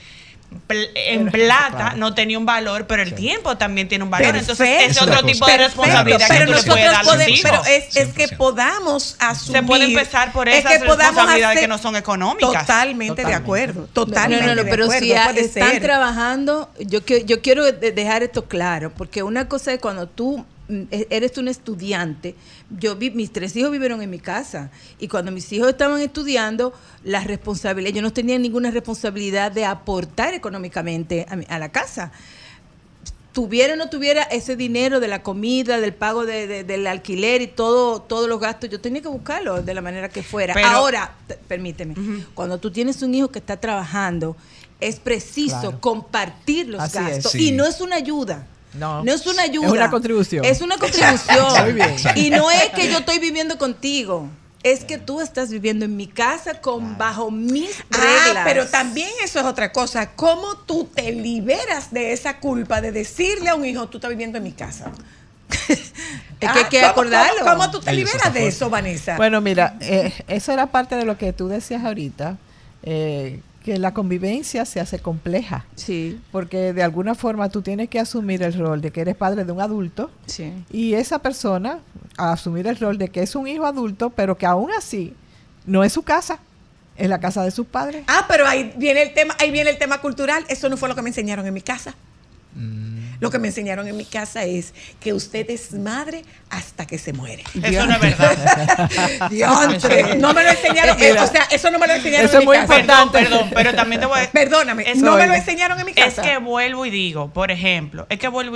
en plata no tenía un valor, pero el tiempo también tiene un valor. Entonces, Perfecto. es otro tipo de Perfecto, responsabilidad pero que tú le nosotros puedes dar a los podemos, hijos. pero es que 100%. podamos asumir. Se puede empezar por es esas que podamos responsabilidades hacer- que no son económicas. Totalmente de acuerdo. Totalmente No, de pero acuerdo, si puede están ser. trabajando, yo quiero dejar esto claro, porque una cosa es cuando tú eres un estudiante. Mis 3 hijos vivieron en mi casa y cuando mis hijos estaban estudiando, la responsabilidad, yo no tenía ninguna responsabilidad de aportar económicamente a la casa. Tuviera o no tuviera ese dinero de la comida, del pago del alquiler y todos los gastos, yo tenía que buscarlo de la manera que fuera. Pero- Ahora, permíteme, cuando tú tienes un hijo que está trabajando, es preciso Claro. compartir los Así gastos. es. Sí. Y no es una ayuda. No. No es una ayuda. Es una contribución. Es una contribución. Muy bien. Y no es que yo estoy viviendo contigo. Es que tú estás viviendo en mi casa bajo mis reglas. Pero también eso es otra cosa. ¿Cómo tú te liberas de esa culpa de decirle a un hijo, tú estás viviendo en mi casa? Es que hay que ¿cómo- acordarlo. ¿Cómo tú te Ay, eso liberas está de fuerte. eso, Vanessa? Bueno, mira, eso era parte de lo que tú decías ahorita, que la convivencia se hace compleja. Sí, Porque de alguna forma tú tienes que asumir el rol de que eres padre de un adulto sí. y esa persona a asumir el rol de que es un hijo adulto, pero que aún así no es su casa, es la casa de sus padres. Pero ahí viene el tema cultural. Eso no fue lo que me enseñaron en mi casa. Lo que me enseñaron en mi casa es que usted es madre hasta que se muere. Eso no es verdad. Diantre. No me lo enseñaron. Mira, O sea, eso no me lo enseñaron eso en es mi muy casa. importante. Perdón, pero también te voy a... Perdóname, Es- no me lo Oiga. enseñaron en mi Es casa. que vuelvo y digo, por ejemplo,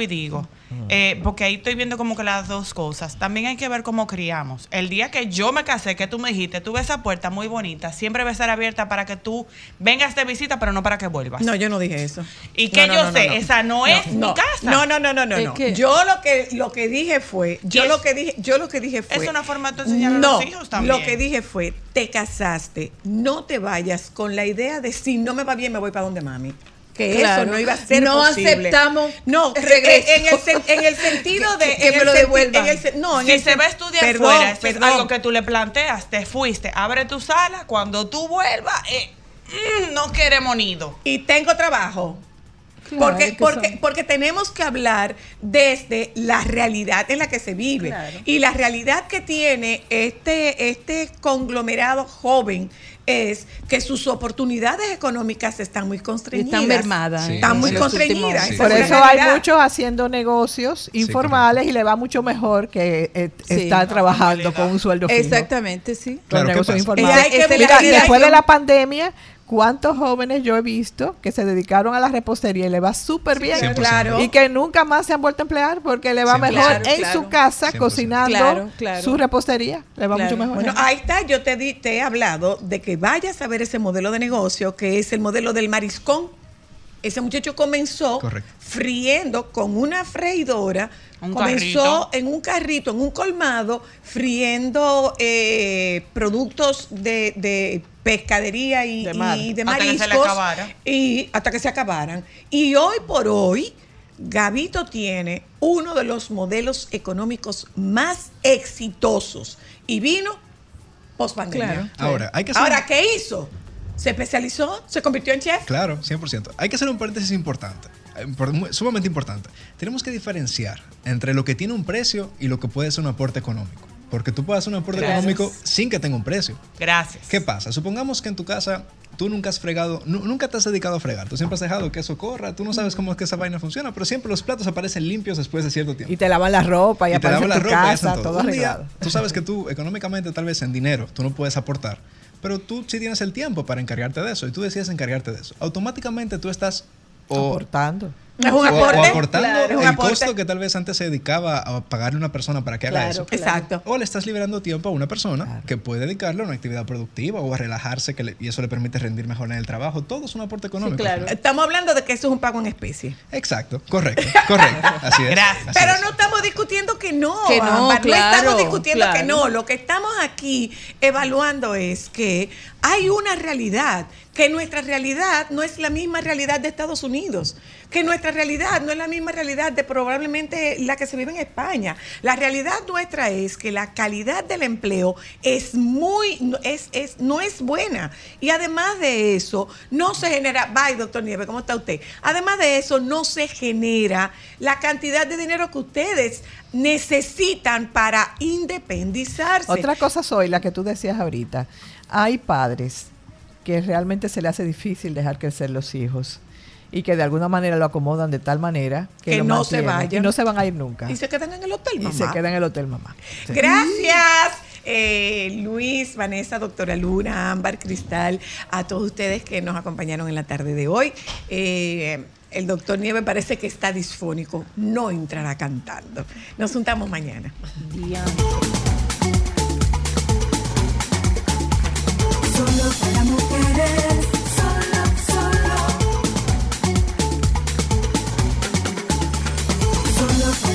porque ahí estoy viendo como que las dos cosas. También hay que ver cómo criamos. El día que yo me casé, que tú me dijiste, tuve esa puerta muy bonita, siempre va a estar abierta para que tú vengas de visita, pero no para que vuelvas. No, yo no dije eso. Y que No, yo no, sé, no. esa no es mi casa. No. Es que- Yo lo que dije fue, Y es- lo que dije fue. Es una forma de enseñar a no, los hijos también. Lo que dije fue, te casaste, no te vayas con la idea de si no me va bien me voy para donde mami. Que Claro. eso no iba a ser No posible. aceptamos no, regreso. en el sentido de Que me lo devuelvan. Si se va a estudiar perdón, fuera, eso es perdón. algo que tú le planteas, te fuiste, abre tu sala, cuando tú vuelvas, no queremos nido. Y tengo trabajo. Claro, Porque tenemos que hablar desde la realidad en la que se vive. Claro. Y la realidad que tiene este conglomerado joven es que sus oportunidades económicas están muy constreñidas. Están mermadas. Sí. Están muy Sí. constreñidas. Sí. Esa Por es la eso hay realidad. muchos haciendo negocios informales y le va mucho mejor que Sí. estar trabajando con un sueldo fijo. Exactamente, sí. Con Claro, ¿qué negocios pasa? informales. Y hay que ver Mira, la realidad. después de la pandemia, ¿cuántos jóvenes yo he visto que se dedicaron a la repostería y le va súper bien? 100%. Claro. Y que nunca más se han vuelto a emplear porque le va 100%. mejor Claro, en claro. su casa 100%. cocinando Claro, claro. su repostería. Le va Claro. mucho mejor. Bueno, ahí está, yo te he hablado de que vayas a ver ese modelo de negocio, que es el modelo del mariscón. Ese muchacho comenzó Correcto. friendo con una freidora, Un comenzó carrito. en un carrito, en un colmado, friendo productos de pescadería y De mar. y de Hasta que se le mariscos, acabara. y hasta que se acabaran. Y hoy por hoy, Gabito tiene uno de los modelos económicos más exitosos y vino post pandemia. Claro. Ahora, hay que hacer Ahora, ¿qué hizo? Se especializó, se convirtió en chef. Claro, 100%. Hay que hacer un paréntesis importante, sumamente importante. Tenemos que diferenciar entre lo que tiene un precio y lo que puede ser un aporte económico. Porque tú puedes hacer un aporte Gracias. económico sin que tenga un precio. Gracias. ¿Qué pasa? Supongamos que en tu casa tú nunca has fregado, nunca te has dedicado a fregar. Tú siempre has dejado que eso corra, tú no sabes cómo es que esa vaina funciona, pero siempre los platos aparecen limpios después de cierto tiempo. Y te lavan la ropa y, Y te aparece lavan en la tu ropa y casa, hacen todo Un día, arreglado. tú sabes que tú económicamente, tal vez en dinero, tú no puedes aportar, pero tú sí tienes el tiempo para encargarte de eso y tú decides encargarte de eso. Automáticamente tú estás Aportando. Es un o aporte. aportando Claro, es un el aporte. costo que tal vez antes se dedicaba a pagarle a una persona para que haga Claro, eso. claro. Exacto. O le estás liberando tiempo a una persona Claro. que puede dedicarle a una actividad productiva o a relajarse y eso le permite rendir mejor en el trabajo. Todo es un aporte económico. claro. Estamos hablando de que eso es un pago en especie. Exacto, correcto. Así es. Gracias. así Pero es. no estamos discutiendo que no, Que no, Ámbar, claro, no estamos discutiendo claro. que no. Lo que estamos aquí evaluando es que hay una realidad, que nuestra realidad no es la misma realidad de Estados Unidos, que nuestra realidad no es la misma realidad de probablemente la que se vive en España. La realidad nuestra es que la calidad del empleo no es buena. Y además de eso, no se genera, bye doctor Nieves, ¿cómo está usted? Además de eso, no se genera la cantidad de dinero que ustedes necesitan para independizarse. Otra cosa soy la que tú decías ahorita. Hay padres que realmente se le hace difícil dejar crecer los hijos y que de alguna manera lo acomodan de tal manera que Que lo no se mantienen. vayan. Y no se van a ir nunca. Y se quedan en el hotel, Y mamá. se queda en el hotel, mamá. Sí. Gracias, Luis, Vanessa, doctora Luna, Ámbar, Cristal, a todos ustedes que nos acompañaron en la tarde de hoy. El doctor Nieves parece que está disfónico, no entrará cantando. Nos juntamos mañana. Solo para mujeres, solo. Solo